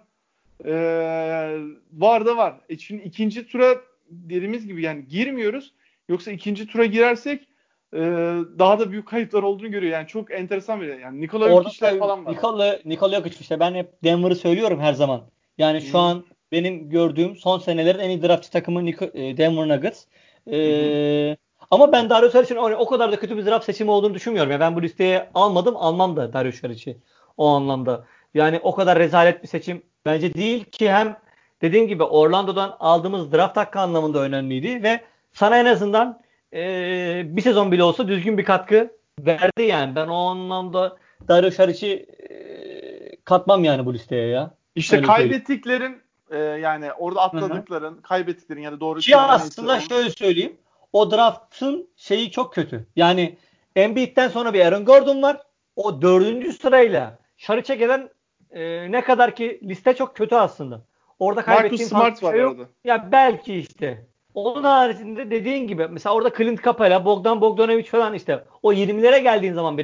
Var da var. Şimdi ikinci tura dediğimiz gibi yani girmiyoruz. Yoksa ikinci tura girersek daha da büyük kayıplar olduğunu görüyor. Yani çok enteresan bir yani Nikola orada Jokic'ler da falan var. Nikola Jokic işte ben hep Denver'ı söylüyorum her zaman. Yani şu Hı-hı. an benim gördüğüm son senelerin en iyi draftçı takımı Denver Nuggets. Hı-hı. Ama ben Dario Saric'in o kadar da kötü bir draft seçimi olduğunu düşünmüyorum. Ya ben bu listeye almam da Dario Saric'i o anlamda. Yani o kadar rezalet bir seçim bence değil ki hem dediğim gibi Orlando'dan aldığımız draft hakkı anlamında önemliydi ve sana en azından bir sezon bile olsa düzgün bir katkı verdi yani. Ben o anlamda Dario Saric'i katmam yani bu listeye ya. İşte Öyle söyleyeyim. kaybettiklerin yani orada Hı hı. atladıkların, kaybettiklerin ya da doğru Ki kelime neyse aslında onu. şöyle söyleyeyim. o draft'ın şeyi çok kötü. Yani Embiid'den sonra bir Aaron Gordon var. O 4. sırayla Şariç'e gelen ne kadar ki liste çok kötü aslında. Orada Marcus kaybettiğim fazla Smart bir var şey yok. arada. Ya belki işte. Onun haricinde dediğin gibi mesela orada Clint Capela, Bogdan Bogdanovic falan işte o 20'lere geldiğin zaman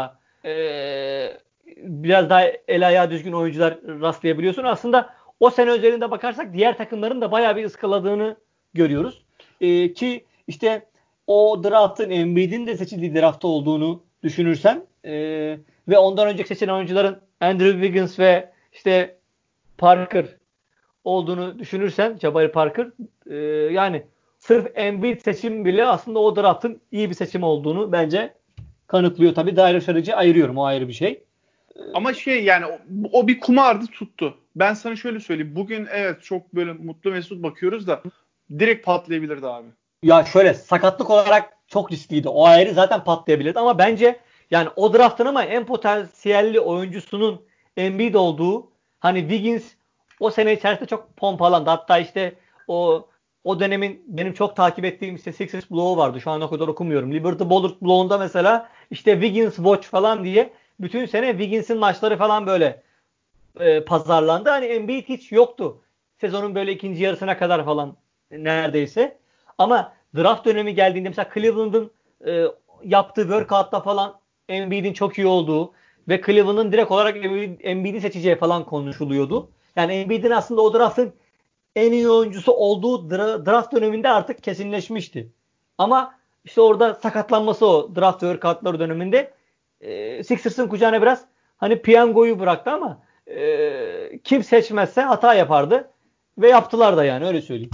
biraz daha el ayağı düzgün oyuncular rastlayabiliyorsun. Aslında o sene özelinde bakarsak diğer takımların da bayağı bir ıskaladığını görüyoruz. Ki işte o draftın Embiid'in de seçildiği draftta olduğunu düşünürsen ve ondan önceki seçilen oyuncuların Andrew Wiggins ve işte Parker olduğunu düşünürsen Jabari Parker yani sırf Embiid seçim bile aslında o draftın iyi bir seçim olduğunu bence kanıtlıyor. Tabii Dario Saric'i ayırıyorum. O ayrı bir şey. Ama yani o bir kumardı, tuttu. Ben sana şöyle söyleyeyim. Bugün evet çok böyle mutlu mesut bakıyoruz da direkt patlayabilirdi abi. Ya şöyle sakatlık olarak çok riskliydi. O ayrı zaten patlayabilirdi ama bence yani o draftın ama en potansiyelli oyuncusunun Embiid olduğu hani Wiggins o sene içerisinde çok pompalandı. Hatta işte o dönemin benim çok takip ettiğim işte Sixers Blog'u vardı. Şu an o kadar okumuyorum. Liberty Ballers Blog'unda mesela işte Wiggins Watch falan diye bütün sene Wiggins'in maçları falan böyle pazarlandı. Hani Embiid hiç yoktu. Sezonun böyle ikinci yarısına kadar falan neredeyse. Ama draft dönemi geldiğinde mesela Cleveland'ın yaptığı workout'ta falan Embiid'in çok iyi olduğu ve Cleveland'ın direkt olarak Embiid'i seçeceği falan konuşuluyordu. Yani Embiid'in aslında o draftın en iyi oyuncusu olduğu draft döneminde artık kesinleşmişti. Ama işte orada sakatlanması o draft workout'ları döneminde Sixers'ın kucağına biraz hani piyangoyu bıraktı ama kim seçmezse hata yapardı ve yaptılar da yani öyle söyleyeyim.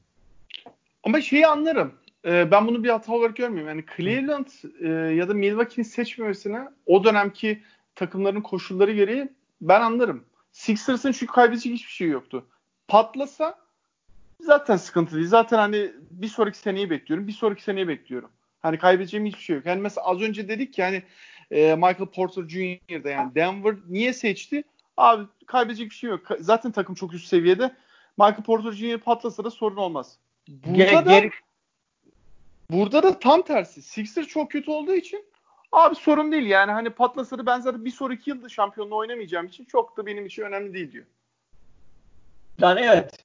Ama anlarım. Ben bunu bir hata olarak görmüyorum. Yani Cleveland ya da Milwaukee'nin seçmemesine o dönemki takımların koşulları gereği ben anlarım. Sixers'ın çünkü kaybedecek hiçbir şey yoktu. Patlasa zaten sıkıntı değil. Zaten hani bir sonraki seneyi bekliyorum. Bir sonraki seneyi bekliyorum. Hani kaybedeceğim hiçbir şey yok. Yani mesela az önce dedik ki hani Michael Porter Jr.'da yani Denver niye seçti? Abi kaybedecek bir şey yok. Zaten takım çok üst seviyede. Michael Porter Jr. patlasa da sorun olmaz. Burada da Geri burada da tam tersi. Sixers çok kötü olduğu için abi sorun değil yani. Hani patlasa da ben zaten bir sonraki yılda şampiyonluğu oynamayacağım için çok da benim için önemli değil diyor. yani evet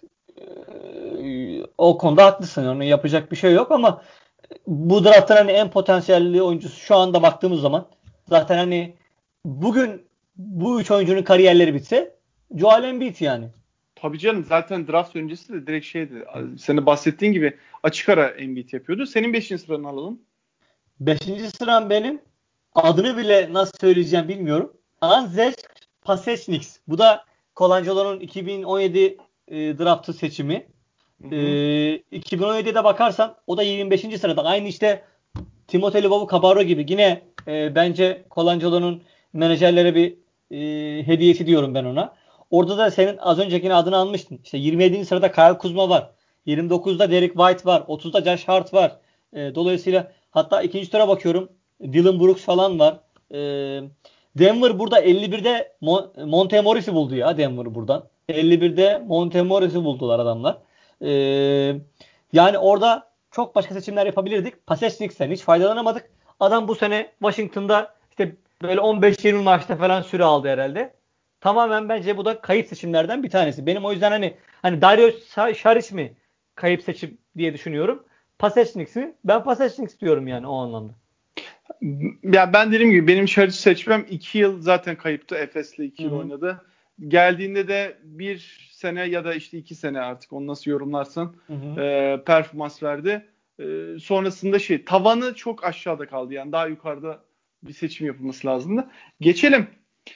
o konuda haklısın. Onu yapacak bir şey yok ama bu draftın hani en potansiyelli oyuncusu şu anda baktığımız zaman zaten hani bugün bu üç oyuncunun kariyerleri bitse Joel Embiid yani. Tabii canım zaten draft öncesi de direkt şeydi. Senin bahsettiğin gibi açık ara Embiid yapıyordu. Senin 5. sıranı alalım. 5. sıram benim. Adını bile nasıl söyleyeceğim bilmiyorum. Anzej Pasechniks. Bu da Colangelo'nun 2017 draftı seçimi. Hı hı. 2017'de bakarsan o da 25. sırada. Aynı işte Timothy Luwawu-Cabarrot gibi yine bence Colangelo'nun menajerlere bir hediyesi diyorum ben ona. Orada da senin az öncekinin adını almıştın. İşte 27. sırada Kyle Kuzma var. 29'da Derek White var. 30'da Josh Hart var. Dolayısıyla hatta ikinci tura bakıyorum. Dylan Brooks falan var. E, Denver burada 51'de Monte Morris'i buldu ya Denver buradan. 51'de Monte Morris'i buldular adamlar. E, Yani orada çok başka seçimler yapabilirdik. Pasechnik'ten hiç faydalanamadık. Adam bu sene Washington'da işte böyle 15-20 maçta falan süre aldı herhalde. Tamamen bence bu da kayıp seçimlerden bir tanesi. Benim o yüzden hani Dario Saric mi kayıp seçim diye düşünüyorum. Pasechnik mi? Ben Pasechnik diyorum yani o anlamda. Ya ben dediğim gibi benim Şariç'i seçmem 2 yıl zaten kayıptı. Efes'le 2 Hı yıl hı. oynadı. Geldiğinde de 1 sene ya da işte 2 sene artık onu nasıl yorumlarsan Hı hı. performans verdi. Sonrasında tavanı çok aşağıda kaldı. Yani daha yukarıda bir seçim yapılması lazımdı. Geçelim.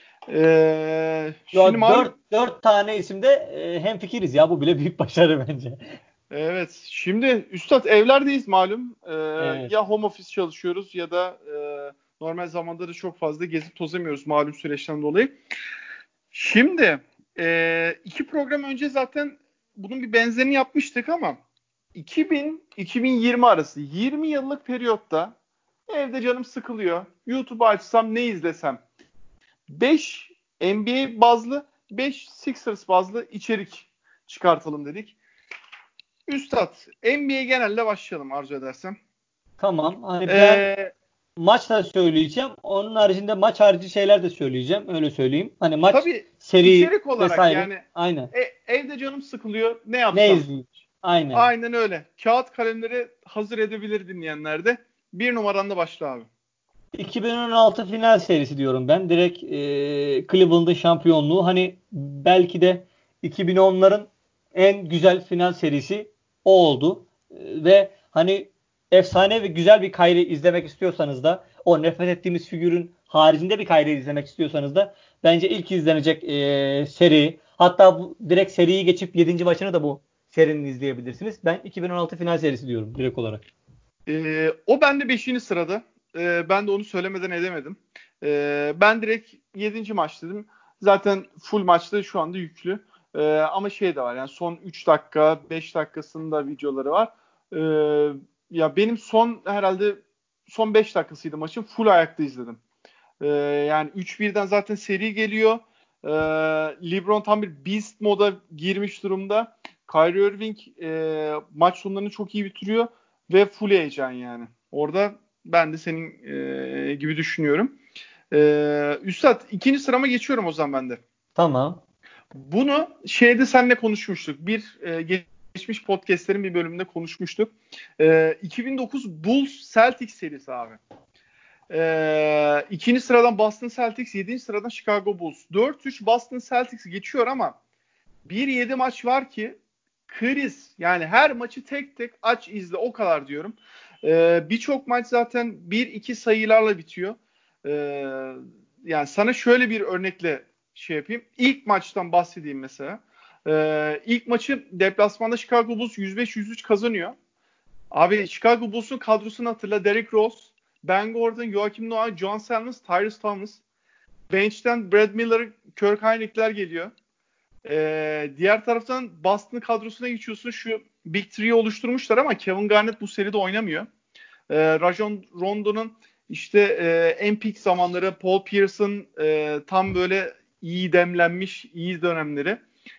Şimdi Ya malum dört tane isimde hemfikiriz ya bu bile büyük başarı bence. evet. Şimdi Üstad evlerdeyiz malum. Evet. Ya home office çalışıyoruz ya da normal zamanda da çok fazla gezip tozamıyoruz malum süreçten dolayı. Şimdi 2 program önce zaten bunun bir benzerini yapmıştık ama 2000-2020 arası 20 yıllık periyotta evde canım sıkılıyor. YouTube'u açsam ne izlesem? 5 NBA bazlı 5 Sixers bazlı içerik çıkartalım dedik. Üstad NBA genelde başlayalım arzu edersen. Tamam. Hani ben Ee, maç da söyleyeceğim. Onun haricinde maç harici şeyler de söyleyeceğim. Öyle söyleyeyim. Hani maç, tabii seri içerik olarak vesaire. yani Aynen. evde canım sıkılıyor. Ne Ne yapsam? izleyeyim? Aynen. Aynen öyle. Kağıt kalemleri hazır edebilir dinleyenler de. Bir numaranda başla abi. 2016 final serisi diyorum ben. Direkt Cleveland'ın şampiyonluğu. Hani belki de 2010'ların en güzel final serisi o oldu. Ve hani efsane ve güzel bir Kyrie izlemek istiyorsanız da, o nefret ettiğimiz figürün haricinde bir Kyrie izlemek istiyorsanız da bence ilk izlenecek seri. Hatta bu direkt seriyi geçip 7. maçını da bu serinin izleyebilirsiniz. Ben 2016 final serisi diyorum direkt olarak. O bende 5. sırada. Ben de onu söylemeden edemedim. Ben direkt 7. maç dedim. Zaten full maçta şu anda yüklü. Ama şey de var yani son 3 dakika 5 dakikasında videoları var. Ee, Ya benim herhalde son 5 dakikasıydı maçın. Full ayakta izledim. Yani 3-1'den zaten seri geliyor. Ee, LeBron tam bir beast moda girmiş durumda. Kyrie Irving maç sonlarını çok iyi bitiriyor ve full heyecan yani. Orada ben de senin gibi düşünüyorum. Üstad, 2. sırama geçiyorum o zaman ben de. Tamam. Bunu şeyde seninle konuşmuştuk. Geçmiş podcastlerin bir bölümünde konuşmuştuk. 2009 Bulls Celtics serisi abi. 2. sıradan Boston Celtics, 7. sıradan Chicago Bulls. 4-3 Boston Celtics geçiyor ama 1-7 maç var ki kriz. Yani her maçı tek tek aç izle, o kadar diyorum. Birçok maç zaten 1-2 sayılarla bitiyor. Ee, Yani sana şöyle bir örnekle şey yapayım. İlk maçtan bahsedeyim mesela. İlk maçı deplasmanda Chicago Bulls 105-103 kazanıyor. Abi Chicago Bulls'un kadrosunu hatırla. Derrick Rose, Ben Gordon, Joakim Noah, John Salmons, Tyrese Thomas. Bench'ten Brad Miller, Kirk Heinrich'ler geliyor. Diğer taraftan Boston kadrosuna geçiyorsun. Şu Big Three'yi oluşturmuşlar ama Kevin Garnett bu seride oynamıyor. Rajon Rondo'nun işte en peak zamanları, Paul Pierce'ın tam böyle iyi demlenmiş, iyi dönemleri.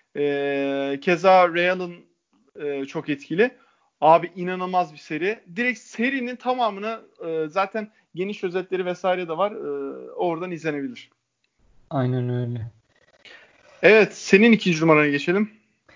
Keza Real'ın çok etkili. Abi inanılmaz bir seri. Direkt serinin tamamını zaten geniş özetleri vesaire de var. Oradan izlenebilir. Aynen öyle. Evet, senin 2. numaraya geçelim.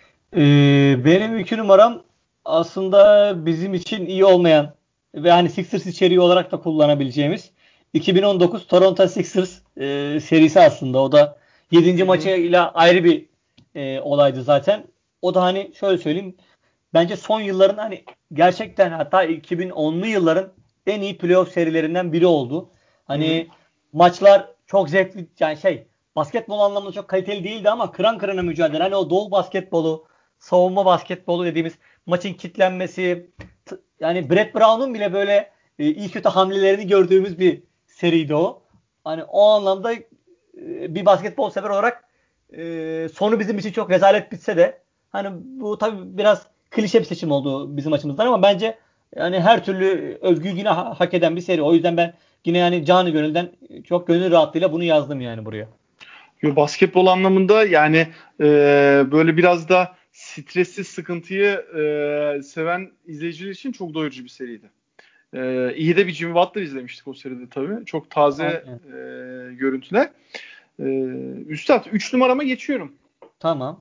Benim 2 numaram aslında bizim için iyi olmayan ve hani Sixers içeriği olarak da kullanabileceğimiz 2019 Toronto Sixers serisi aslında. O da Hı 7. hı. maçıyla ayrı bir olaydı zaten. O da hani şöyle söyleyeyim. Bence son yılların hani gerçekten, hatta 2010'lu yılların en iyi playoff serilerinden biri oldu. Hı hı. Hani maçlar çok zevkli, yani basketbol anlamında çok kaliteli değildi ama kıran kırana mücadele. Hani o doğu basketbolu, savunma basketbolu dediğimiz maçın kitlenmesi, yani Brett Brown'un bile böyle iyi kötü hamlelerini gördüğümüz bir seriydi o. Hani o anlamda bir basketbol sever olarak sonu bizim için çok rezalet bitse de, hani bu tabii biraz klişe bir seçim oldu bizim açımızdan ama bence yani her türlü övgüyü yine hak eden bir seri. O yüzden ben yine yani canı gönülden çok gönül rahatlığıyla bunu yazdım yani buraya. Yo, basketbol anlamında yani böyle biraz da stressiz sıkıntıyı seven izleyiciler için çok doyurucu bir seriydi. İyi de bir Jimmy Butler izlemiştik o seride tabii. Çok taze Aynen. görüntüler. E, Üstad 3 numarama geçiyorum. Tamam.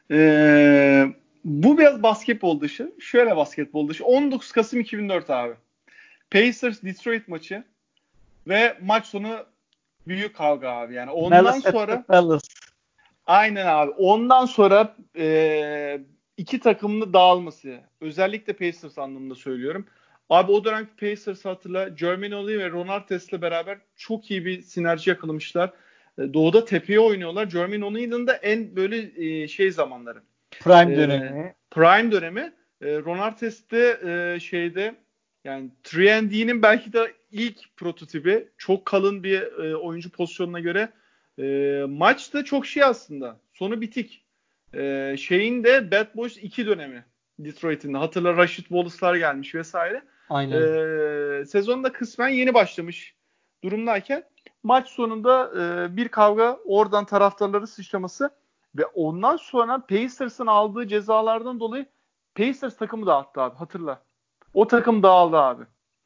Bu biraz basketbol dışı. Şöyle basketbol dışı. 19 Kasım 2004 abi. Pacers Detroit maçı ve maç sonu büyük kavga abi. Yani ondan Malice at the sonra Palace. aynen abi. Ondan sonra iki takımın dağılması. Özellikle Pacers anlamında söylüyorum. Abi o dönem Pacers'ı hatırla. Jermaine O'Neal ve Ron Artest'le beraber çok iyi bir sinerji yakalamışlar. Doğuda tepeye oynuyorlar. Jermaine O'Neal'ın da en böyle zamanları. Prime E, dönemi. Prime dönemi. Ron Artest de şeyde yani 3&D'nin belki de ilk prototipi. Çok kalın bir oyuncu pozisyonuna göre. Maç da çok aslında. Sonu bitik. Şeyin de Bad Boys 2 dönemi Detroit'in. Hatırla Rashid Wallace'lar gelmiş vesaire. Aynen. Sezonda kısmen yeni başlamış durumdayken maç sonunda bir kavga, oradan taraftarları sıçraması ve ondan sonra Pacers'ın aldığı cezalardan dolayı Pacers takımı dağıttı abi, hatırla. O takım dağıldı abi.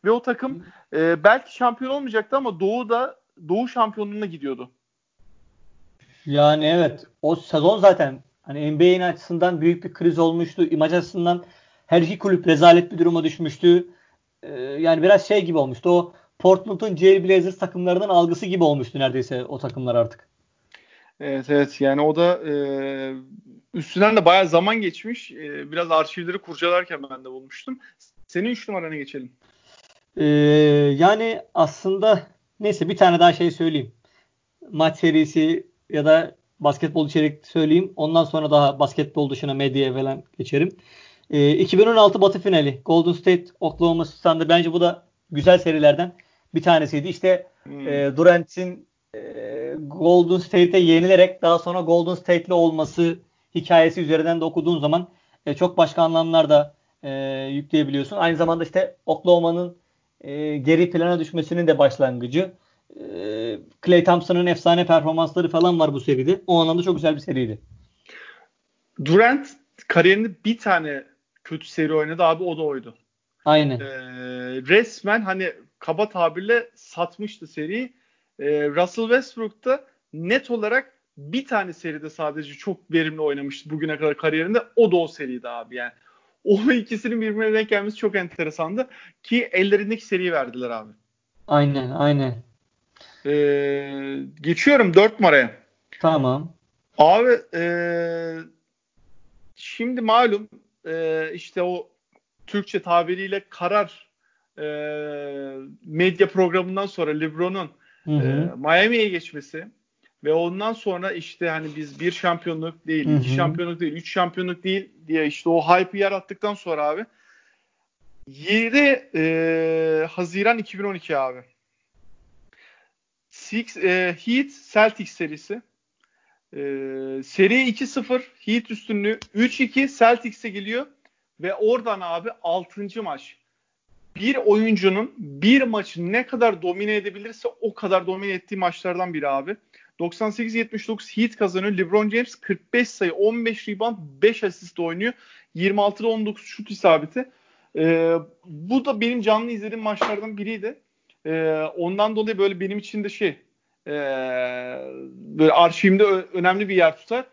Ve o takım belki şampiyon olmayacaktı ama Doğu şampiyonluğuna gidiyordu. Yani evet. O sezon zaten hani NBA'in açısından büyük bir kriz olmuştu. İmaj açısından her iki kulüp rezalet bir duruma düşmüştü. Yani biraz şey gibi olmuştu. O Portland'ın Trail Blazers takımlarının algısı gibi olmuştu neredeyse o takımlar artık. Evet, evet, yani o da üstünden de bayağı zaman geçmiş. Biraz arşivleri kurcalarken ben de bulmuştum. Senin 3 numarana geçelim. Ee, Yani aslında neyse bir tane daha şey söyleyeyim. Maç serisi ya da basketbol içerik söyleyeyim. Ondan sonra daha basketbol dışına medyaya falan geçerim. 2016 Batı finali Golden State Oklahoma City Thunder, bence bu da güzel serilerden bir tanesiydi. İşte Durant'in Golden State'e yenilerek daha sonra Golden State'li olması hikayesi üzerinden de okuduğun zaman çok başka anlamlar da yükleyebiliyorsun. Aynı zamanda işte Oklahoma'nın geri plana düşmesinin de başlangıcı. Klay Thompson'ın efsane performansları falan var bu seride. O anlamda çok güzel bir seriydi. Durant kariyerinde bir tane kötü seri oynadı abi, o da oydu. Aynen. Resmen hani kaba tabirle satmıştı seriyi. Russell Westbrook da net olarak bir tane seride sadece çok verimli oynamıştı bugüne kadar kariyerinde. O da o seriydi abi yani. O ikisinin birbirine denk gelmesi çok enteresandı. Ki ellerindeki seriyi verdiler abi. Aynen, aynen. Geçiyorum 4 numaraya. Tamam. Abi şimdi malum işte o Türkçe tabiriyle karar medya programından sonra LeBron'un Hı hı. Miami'ye geçmesi ve ondan sonra işte hani biz bir şampiyonluk değil, Hı iki hı. şampiyonluk değil, üç şampiyonluk değil diye işte o hype'ı yarattıktan sonra abi 7 Haziran 2012 abi. Heat Celtics serisi. Seri 2-0 Heat üstünlüğü, 3-2 Celtics'e geliyor ve oradan abi 6. maç. Bir oyuncunun bir maçı ne kadar domine edebilirse o kadar domine ettiği maçlardan biri abi. 98-79 Heat kazanıyor. LeBron James 45 sayı, 15 rebound, 5 asist oynuyor. 26'da 19 şut isabeti. Bu da benim canlı izlediğim maçlardan biriydi. Ondan dolayı böyle benim için de böyle arşivimde önemli bir yer tutar.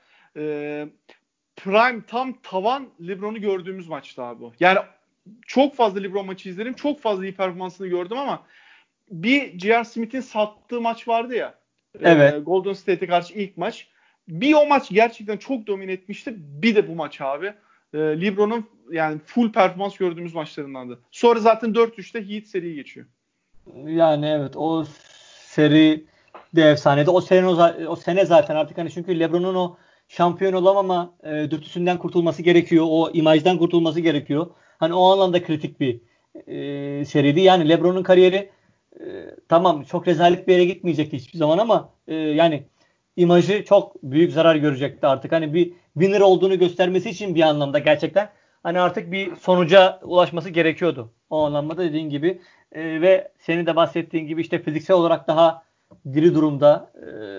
Prime tam tavan LeBron'u gördüğümüz maçtı abi bu. Yani çok fazla LeBron maçı izledim. Çok fazla iyi performansını gördüm ama bir J.R. Smith'in sattığı maç vardı ya. Evet. Golden State'e karşı ilk maç. Bir o maç gerçekten çok domine etmişti. Bir de bu maç abi. LeBron'un yani full performans gördüğümüz maçlarındandı. Sonra zaten 4-3'te Heat seriyi geçiyor. Yani evet, o seri de efsaneydi. O sene zaten artık hani çünkü LeBron'un o şampiyon olamama dürtüsünden kurtulması gerekiyor. O imajdan kurtulması gerekiyor. Hani o anlamda kritik bir seriydi. Yani LeBron'un kariyeri tamam çok rezalet bir yere gitmeyecekti hiçbir zaman ama yani imajı çok büyük zarar görecekti artık. Hani bir winner olduğunu göstermesi için bir anlamda gerçekten hani artık bir sonuca ulaşması gerekiyordu. O anlamda da dediğin gibi ve senin de bahsettiğin gibi işte fiziksel olarak daha diri durumda.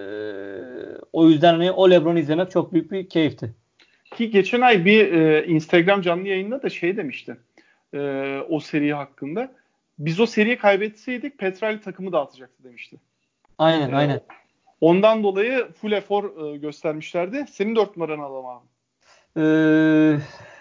O yüzden hani o LeBron'u izlemek çok büyük bir keyifti. Ki geçen ay bir Instagram canlı yayında da şey demişti. O seri hakkında. Biz o seriyi kaybetseydik Petrali takımı dağıtacaktı demişti. Aynen, E, aynen. Ondan dolayı full efor göstermişlerdi. Senin 4 numaranı alalım abi. Ee,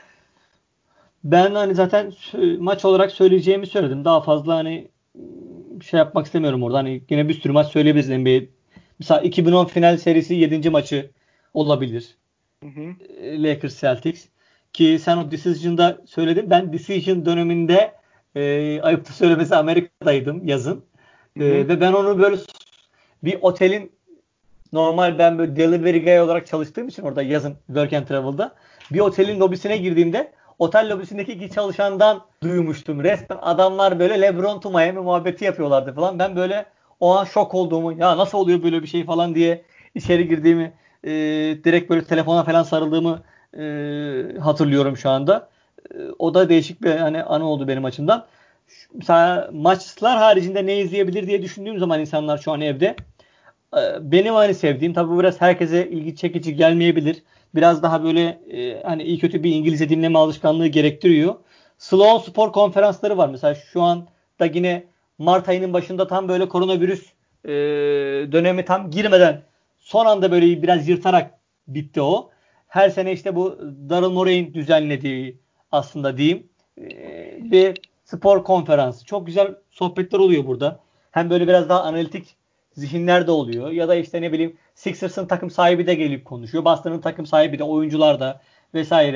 Ben hani zaten maç olarak söyleyeceğimi söyledim. Daha fazla hani şey yapmak istemiyorum orada. Hani yine bir sürü maç söyleyebiliriz NBA. Mesela 2010 final serisi 7. maçı olabilir. Hı hı. Lakers Celtics. Ki sen o Decision'da söyledin. Ben Decision döneminde ayıptır söylemesi Amerika'daydım yazın. Hı hı. Ve ben onu böyle bir otelin, normal ben böyle delivery guy olarak çalıştığım için orada yazın work and travel'da bir otelin lobisine girdiğimde otel lobisindeki iki çalışandan duymuştum. Resmen adamlar böyle LeBron to Miami muhabbeti yapıyorlardı falan. Ben böyle o an şok olduğumu, ya nasıl oluyor böyle bir şey falan diye içeri girdiğimi, direkt böyle telefona falan sarıldığımı hatırlıyorum şu anda. O da değişik bir hani anı oldu benim açımdan. Mesela maçlar haricinde ne izleyebilir diye düşündüğüm zaman insanlar şu an evde. Benim hani sevdiğim, tabii bu biraz herkese ilgi çekici gelmeyebilir. Biraz daha böyle hani iyi kötü bir İngilizce dinleme alışkanlığı gerektiriyor. Slow spor konferansları var. Mesela şu an da yine Mart ayının başında tam böyle koronavirüs dönemi tam girmeden son anda böyle biraz yırtarak bitti o. Her sene işte bu Daryl Morey'in düzenlediği aslında diyeyim bir spor konferansı. Çok güzel sohbetler oluyor burada. Hem böyle biraz daha analitik zihinler de oluyor. Ya da işte ne bileyim Sixers'ın takım sahibi de gelip konuşuyor. Boston'ın takım sahibi de, oyuncular da vesaire.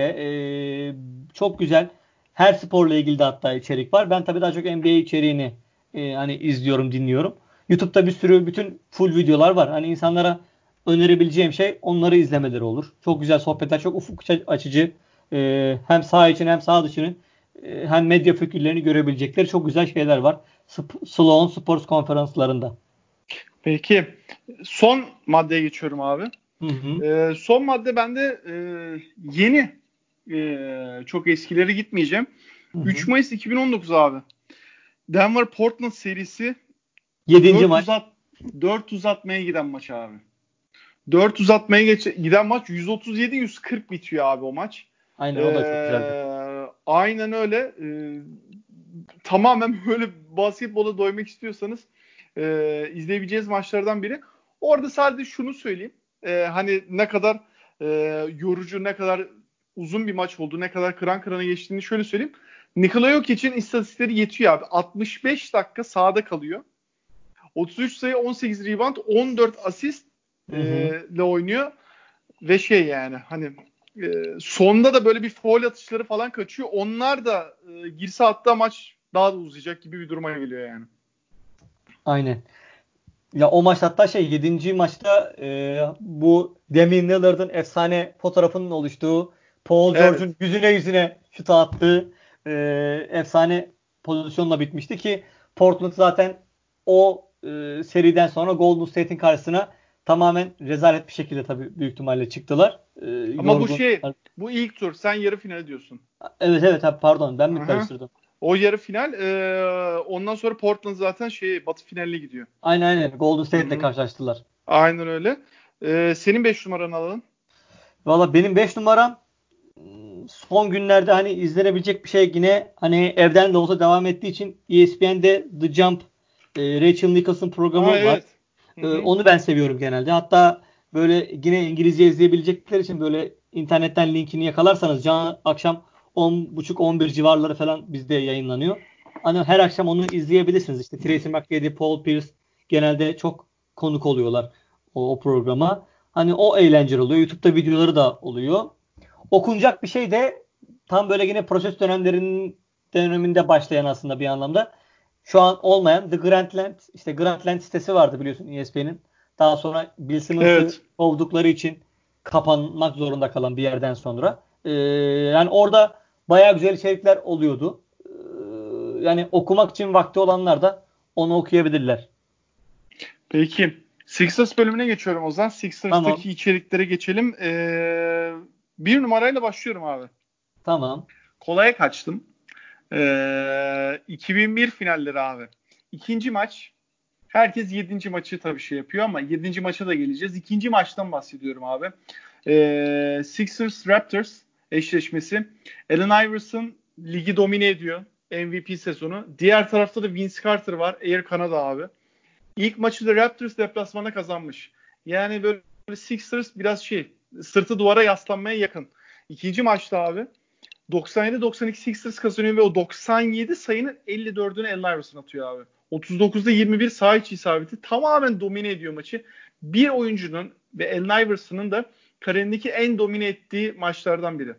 Çok güzel. Her sporla ilgili de hatta içerik var. Ben tabii daha çok NBA içeriğini hani izliyorum, dinliyorum. YouTube'da bir sürü bütün full videolar var. Hani insanlara önerebileceğim şey onları izlemeleri olur. Çok güzel sohbetler, çok ufuk açıcı. Hem saha için hem saha dışının hem medya figürlerini görebilecekleri çok güzel şeyler var. Sloan Sports konferanslarında. Peki. Son maddeye geçiyorum abi. Hı hı. Son madde bende yeni. Çok eskileri gitmeyeceğim. Hı hı. 3 Mayıs 2019 abi. Denver Portland serisi 7. maç. 4 uzatmaya giden maç abi. 4 uzatmaya giden maç 137-140 bitiyor abi o maç. Aynen, o da çok güzeldi. Aynen öyle. Tamamen böyle basketbola doymak istiyorsanız izleyebileceğiniz maçlardan biri. Orada sadece şunu söyleyeyim. Hani ne kadar yorucu, ne kadar uzun bir maç oldu, ne kadar kıran kırana geçtiğini şöyle söyleyeyim. Nikola Jokic'in istatistikleri yetiyor abi. 65 dakika sahada kalıyor. 33 sayı, 18 rebound, 14 asist ile oynuyor. Ve yani hani sonda da böyle bir faul atışları falan kaçıyor. Onlar da girse hatta maç daha da uzayacak gibi bir duruma geliyor yani. Aynen. Ya o maç hatta 7. maçta bu Damian Lillard'ın efsane fotoğrafının oluştuğu, Paul George'un yüzüne şut attığı efsane pozisyonla bitmişti ki Portland zaten o seriden sonra Golden State'in karşısına tamamen rezalet bir şekilde tabii büyük ihtimalle çıktılar. Ama Yorgun. bu ilk tur. Sen yarı final diyorsun. Evet pardon, ben mi Aha. karıştırdım? O yarı final. Ondan sonra Portland zaten Batı finaline gidiyor. Aynen. Golden State'le karşılaştılar. Aynen öyle. Senin 5 numaranı alalım. Valla benim 5 numaram son günlerde hani izlenebilecek bir şey, yine hani evden de olsa devam ettiği için ESPN'de The Jump, Rachel Nicholson programı var. Evet. Hı-hı. Onu ben seviyorum genelde. Hatta böyle yine İngilizce izleyebilecekler için böyle internetten linkini yakalarsanız canlı akşam 10.30-11 civarları falan bizde yayınlanıyor. Hani her akşam onu izleyebilirsiniz. İşte Tracy McGrady, Paul Pierce genelde çok konuk oluyorlar o programa. Hani o eğlenceli oluyor. YouTube'da videoları da oluyor. Okunacak bir şey de tam böyle yine proses döneminde başlayan aslında bir anlamda. Şu an olmayan The Grantland, işte Grantland sitesi vardı biliyorsun ESPN'in. Daha sonra Bill Simmons'ı Evet. kovdukları için kapanmak zorunda kalan bir yerden sonra. Yani orada bayağı güzel içerikler oluyordu. Yani okumak için vakti olanlar da onu okuyabilirler. Peki. Sixers bölümüne geçiyorum o zaman. Tamam. Sixers'taki içeriklere geçelim. 1 numarayla başlıyorum abi. Tamam. Kolaya kaçtım. 2001 finalleri abi. İkinci maç. Herkes 7. maçı tabii yapıyor ama 7. maça da geleceğiz. İkinci maçtan bahsediyorum abi. Sixers Raptors eşleşmesi. Allen Iverson ligi domine ediyor. MVP sezonu. Diğer tarafta da Vince Carter var. Air Canada abi. İlk maçı da Raptors deplasmana kazanmış. Yani böyle Sixers biraz sırtı duvara yaslanmaya yakın. İkinci maçta abi 97-92 Sixers kazanıyor ve o 97 sayının 54'ünü Allen Iverson atıyor abi. 39'da 21 saha içi isabeti, tamamen domine ediyor maçı. Bir oyuncunun ve Allen Iverson'ın da kariyerindeki en domine ettiği maçlardan biri.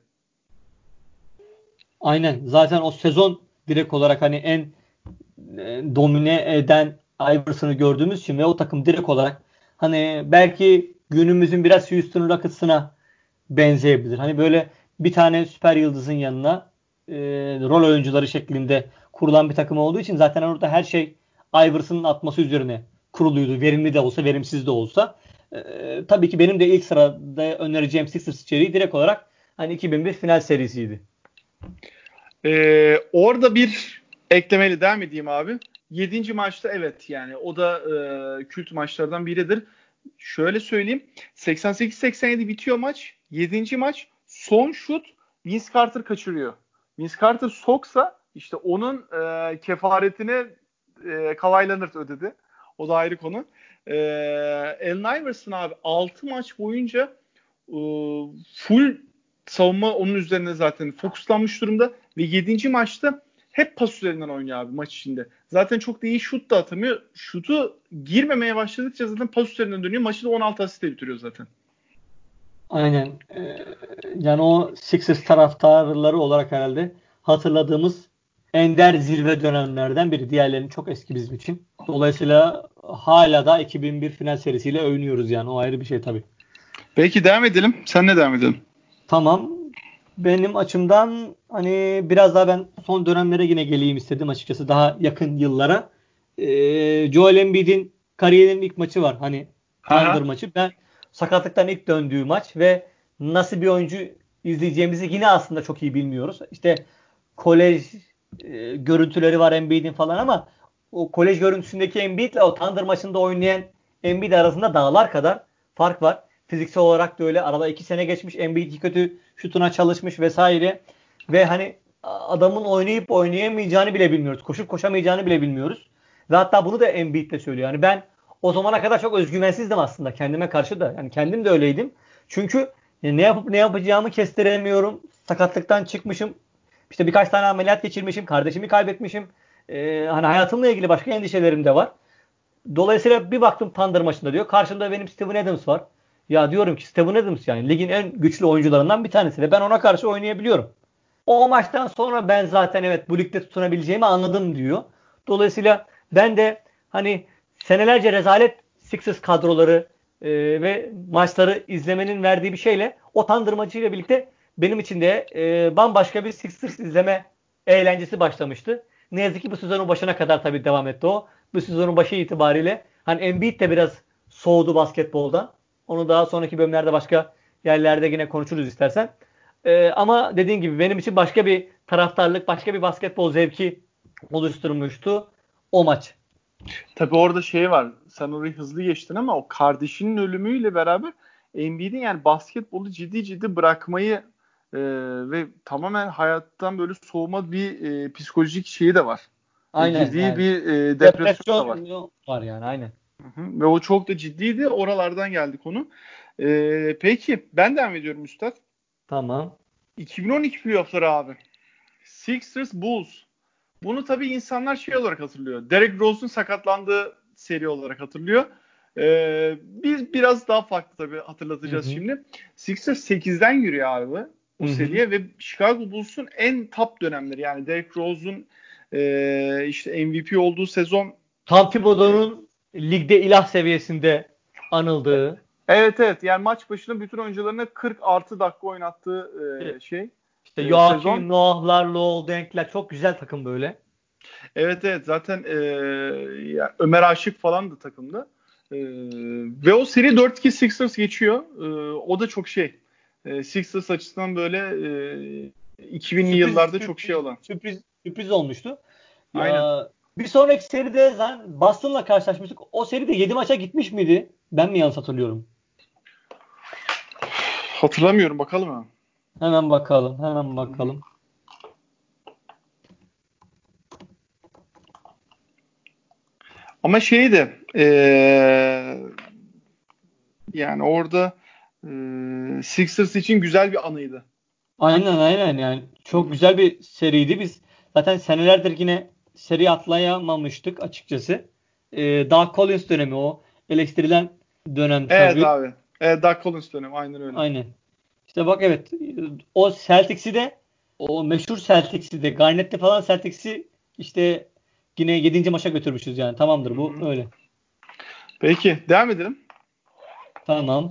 Aynen. Zaten o sezon direkt olarak hani en domine eden Iverson'ı gördüğümüz için ve o takım direkt olarak hani belki günümüzün biraz Houston Rockets'ına benzeyebilir. Hani böyle bir tane süper yıldızın yanına rol oyuncuları şeklinde kurulan bir takım olduğu için zaten orada her şey Iverson'ın atması üzerine kuruluydu. Verimli de olsa, verimsiz de olsa. Tabii ki benim de ilk sırada önereceğim Sixers içeriği direkt olarak hani 2001 final serisiydi. Orada bir eklemeyle devam edeyim abi. 7. maçta evet yani o da kült maçlardan biridir. Şöyle söyleyeyim. 88-87 bitiyor maç. 7. maç son şut Vince Carter kaçırıyor. Vince Carter soksa İşte onun kefaretini Kawhi Leonard ödedi. O da ayrı konu. Allen Iverson abi 6 maç boyunca full savunma onun üzerine zaten fokuslanmış durumda ve 7. maçta hep pas üzerinden oynuyor abi maç içinde. Zaten çok da iyi şut da atamıyor. Şutu girmemeye başladıkça zaten pas üzerinden dönüyor. Maçı da 16 asistle bitiriyor zaten. Aynen. Yani o Sixers taraftarları olarak herhalde hatırladığımız ender zirve dönemlerden biri. Diğerlerinin çok eski bizim için. Dolayısıyla hala da 2001 final serisiyle övünüyoruz yani. O ayrı bir şey tabii. Peki devam edelim. Senle devam edelim. Tamam. Benim açımdan hani biraz daha ben son dönemlere yine geleyim istedim açıkçası. Daha yakın yıllara. Joel Embiid'in kariyerinin ilk maçı var. Hani Thunder Aha. maçı. Ben sakatlıktan ilk döndüğü maç ve nasıl bir oyuncu izleyeceğimizi yine aslında çok iyi bilmiyoruz. İşte kolej görüntüleri var Embiid'in falan ama o kolej görüntüsündeki Embiid'le o Thunder maçında oynayan Embiid arasında dağlar kadar fark var. Fiziksel olarak da öyle. Arada 2 sene geçmiş. Embiid kötü şutuna çalışmış vesaire. Ve hani adamın oynayıp oynayamayacağını bile bilmiyoruz. Koşup koşamayacağını bile bilmiyoruz. Ve hatta bunu da Embiid de söylüyor. Yani ben o zamana kadar çok özgüvensizdim aslında. Kendime karşı da. Yani kendim de öyleydim. Çünkü ne yapıp ne yapacağımı kestiremiyorum. Sakatlıktan çıkmışım. İşte birkaç tane ameliyat geçirmişim. Kardeşimi kaybetmişim. Hani hayatımla ilgili başka endişelerim de var. Dolayısıyla bir baktım Thunder maçında diyor. Karşımda benim Steven Adams var. Ya diyorum ki Steven Adams yani ligin en güçlü oyuncularından bir tanesi ve ben ona karşı oynayabiliyorum. O maçtan sonra ben zaten evet bu ligde tutunabileceğimi anladım diyor. Dolayısıyla ben de hani senelerce rezalet Sixers kadroları ve maçları izlemenin verdiği bir şeyle o Thunder maçıyla birlikte benim için de bambaşka bir Sixers izleme eğlencesi başlamıştı. Ne yazık ki bu sezonun başına kadar tabii devam etti o. Bu sezonun başı itibariyle hani Embiid de biraz soğudu basketboldan. Onu daha sonraki bölümlerde başka yerlerde yine konuşuruz istersen. Ama dediğim gibi benim için başka bir taraftarlık, başka bir basketbol zevki oluşturmuştu o maç. Tabii orada şey var. Sen orayı hızlı geçtin ama o kardeşinin ölümüyle beraber Embiid'in yani basketbolu ciddi ciddi bırakmayı ve tamamen hayattan böyle soğuma bir psikolojik şeyi de var. Aynen Girdiği yani bir depresyon da var. depresyon var yani aynen. Hı hı. Ve o çok da ciddiydi. Oralardan geldi konu. Peki ben devam ediyorum Üstad. Tamam. 2012 playoff'ları abi. Sixers Bulls. Bunu tabii insanlar şey olarak hatırlıyor. Derrick Rose'un sakatlandığı seri olarak hatırlıyor. Biz biraz daha farklı tabii Hı hatırlatacağız hı. şimdi. Sixers 8'den yürüyor abi Hı o hı. seriye ve Chicago Bulls'un en top dönemleri yani Derrick Rose'un işte MVP olduğu sezon. Tom Thibodeau'nun ligde ilah seviyesinde anıldığı Evet evet yani maç başına bütün oyuncularına 40 artı dakika oynattığı işte sezon. Joakim Noah'lar, Lowell Denk'ler çok güzel takım böyle. Evet evet zaten ya Ömer Aşık falan da takımda. Ve o seri 4-2 Sixers geçiyor. O da çok şey. Sixers açısından böyle 2000'li Sürpriz yıllarda çok şey sürpriz olan. sürpriz sürpriz olmuştu. Aynen. Ya bir sonraki seride zaten Boston'la karşılaşmıştık. O seri de 7 maça gitmiş miydi? Ben mi yanlış hatırlıyorum? Hatırlamıyorum bakalım ha. Hemen bakalım. Hemen Hı hı. bakalım. Ama şeydi yani orada Sixers için güzel bir anıydı. Aynen aynen yani Hı çok hı. güzel bir seriydi. Biz zaten senelerdir yine seri atlayamamıştık açıkçası. Doug Collins dönemi o eleştirilen dönem Evet tabii. abi. Doug Collins dönemi aynen öyle. Aynen. İşte bak evet o Celtics'i de o meşhur Celtics'i de Garnett'te falan Celtics'i işte yine 7. maça götürmüşüz yani. Hı Tamamdır bu hı. öyle. Peki devam edelim. Tamam.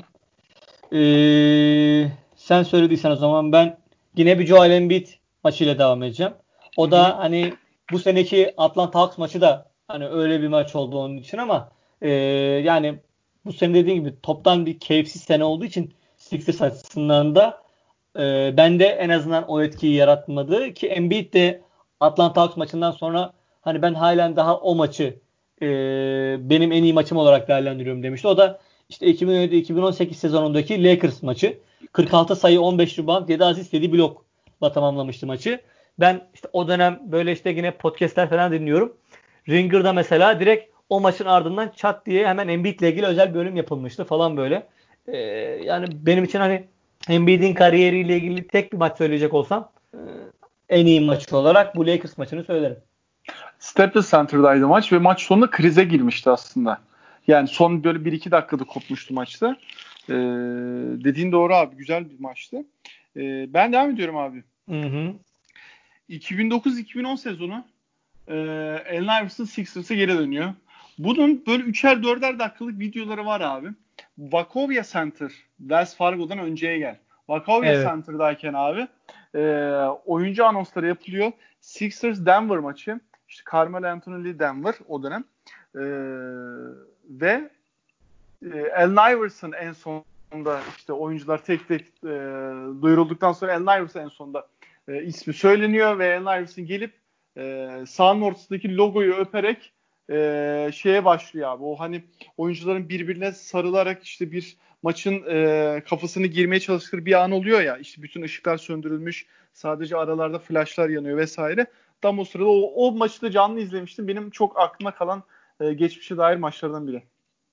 Sen söylediysen o zaman ben yine bir Joel Embiid maçıyla devam edeceğim. Hı O hı. da hani bu seneki Atlanta Hawks maçı da hani öyle bir maç oldu onun için ama yani bu sene dediğim gibi toptan bir keyifsiz sene olduğu için Sixers açısından da ben de en azından o etkiyi yaratmadı ki Embiid de Atlanta Hawks maçından sonra hani ben halen daha o maçı benim en iyi maçım olarak değerlendiriyorum demişti. O da işte 2017-2018 sezonundaki Lakers maçı. 46 sayı 15 rebound 7 asist 7 blokla tamamlamıştı maçı. Ben işte o dönem böyle işte yine podcastler falan dinliyorum. Ringer'da mesela direkt o maçın ardından çat diye hemen Embiid'le ilgili özel bölüm yapılmıştı falan böyle. Yani benim için hani Embiid'in kariyeriyle ilgili tek bir maç söyleyecek olsam en iyi maç olarak bu Lakers maçını söylerim. Staples Center'daydı maç ve maç sonunda krize girmişti aslında. Yani son böyle 1-2 dakikada kopmuştu maçta. Dediğin doğru abi. Güzel bir maçtı. Ben devam ediyorum abi. Hı hı. 2009-2010 sezonu Allen Iverson Sixers'a geri dönüyor. Bunun böyle 3'er 4'er dakikalık videoları var abi. Wachovia Center, Wells Fargo'dan önceye gel. Wachovia Evet. Center'dayken abi oyuncu anonsları yapılıyor. Sixers Denver maçı. İşte Carmelo Anthony Lee Denver o dönem. E, ve Allen Iverson en sonunda işte oyuncular tek tek duyurulduktan sonra Allen Iverson en sonunda ismi söyleniyor ve Allen Iverson gelip sahanın ortasındaki logoyu öperek şeye başlıyor abi. O hani oyuncuların birbirine sarılarak işte bir maçın kafasını girmeye çalıştığı bir an oluyor ya. İşte bütün ışıklar söndürülmüş. Sadece aralarda flashlar yanıyor vesaire. Tam o sırada o maçı da canlı izlemiştim. Benim çok aklıma kalan geçmişe dair maçlardan biri.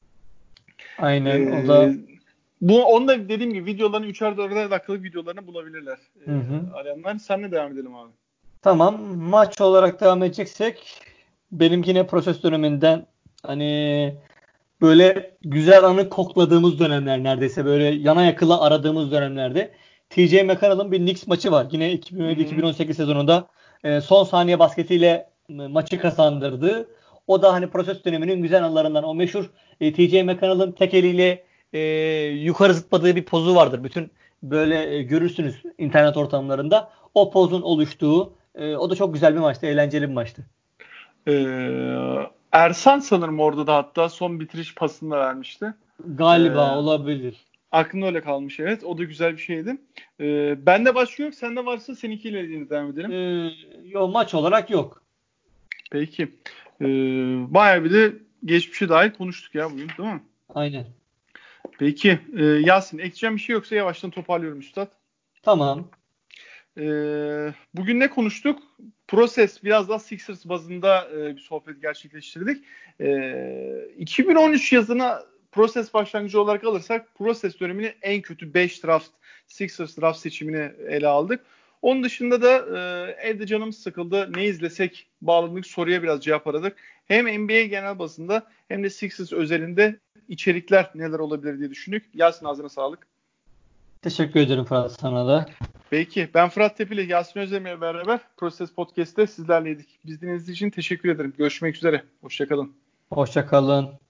Aynen. O Ee, da onu da dediğim gibi videoların 3'er 4'er dakikalık videolarını bulabilirler. hı hı. Arayanlar. Senle devam edelim abi. Tamam. Maç olarak devam edeceksek benim yine proses döneminden hani böyle güzel anı kokladığımız dönemler neredeyse böyle yana yakıla aradığımız dönemlerde TJ McConnell'ın bir Knicks maçı var. Yine Hı hı. 2017-2018 sezonunda son saniye basketiyle maçı kazandırdı. O da hani proses döneminin güzel anılarından. O meşhur TJ McConnell'ın tek eliyle yukarı zıpladığı bir pozu vardır. Bütün böyle görürsünüz internet ortamlarında. O pozun oluştuğu o da çok güzel bir maçtı. Eğlenceli bir maçtı. Ersan sanırım orada da hatta son bitiriş pasını da vermişti. Ee, Galiba olabilir. aklımda öyle kalmış evet. O da güzel bir şeydi. Bende başka yok. Sende varsa seninkiyle yine devam edelim. Yo, maç olarak yok. Peki. Bayağı bir de geçmişe dair konuştuk ya bugün değil mi? Aynen. Peki. Yasin ekleyeceğim bir şey yoksa yavaştan toparlıyorum üstad. Tamam. Bugün ne konuştuk? Proses biraz daha Sixers bazında bir sohbet gerçekleştirdik. 2013 yazına proses başlangıcı olarak alırsak proses döneminin en kötü 5 draft Sixers draft seçimini ele aldık. Onun dışında da evde canımız sıkıldı. Ne izlesek bağladık soruya biraz cevap aradık. Hem NBA genel bazında hem de Sixers özelinde içerikler neler olabilir diye düşündük. Yasin ağzına sağlık. Teşekkür ederim Fırat, sana da. Peki. Ben Fırat Tepeli, Yasin Özdemir'le beraber Proses Podcast'te sizlerleydik. Biz dinlediğiniz için teşekkür ederim. Görüşmek üzere. Hoşçakalın. Hoşça kalın.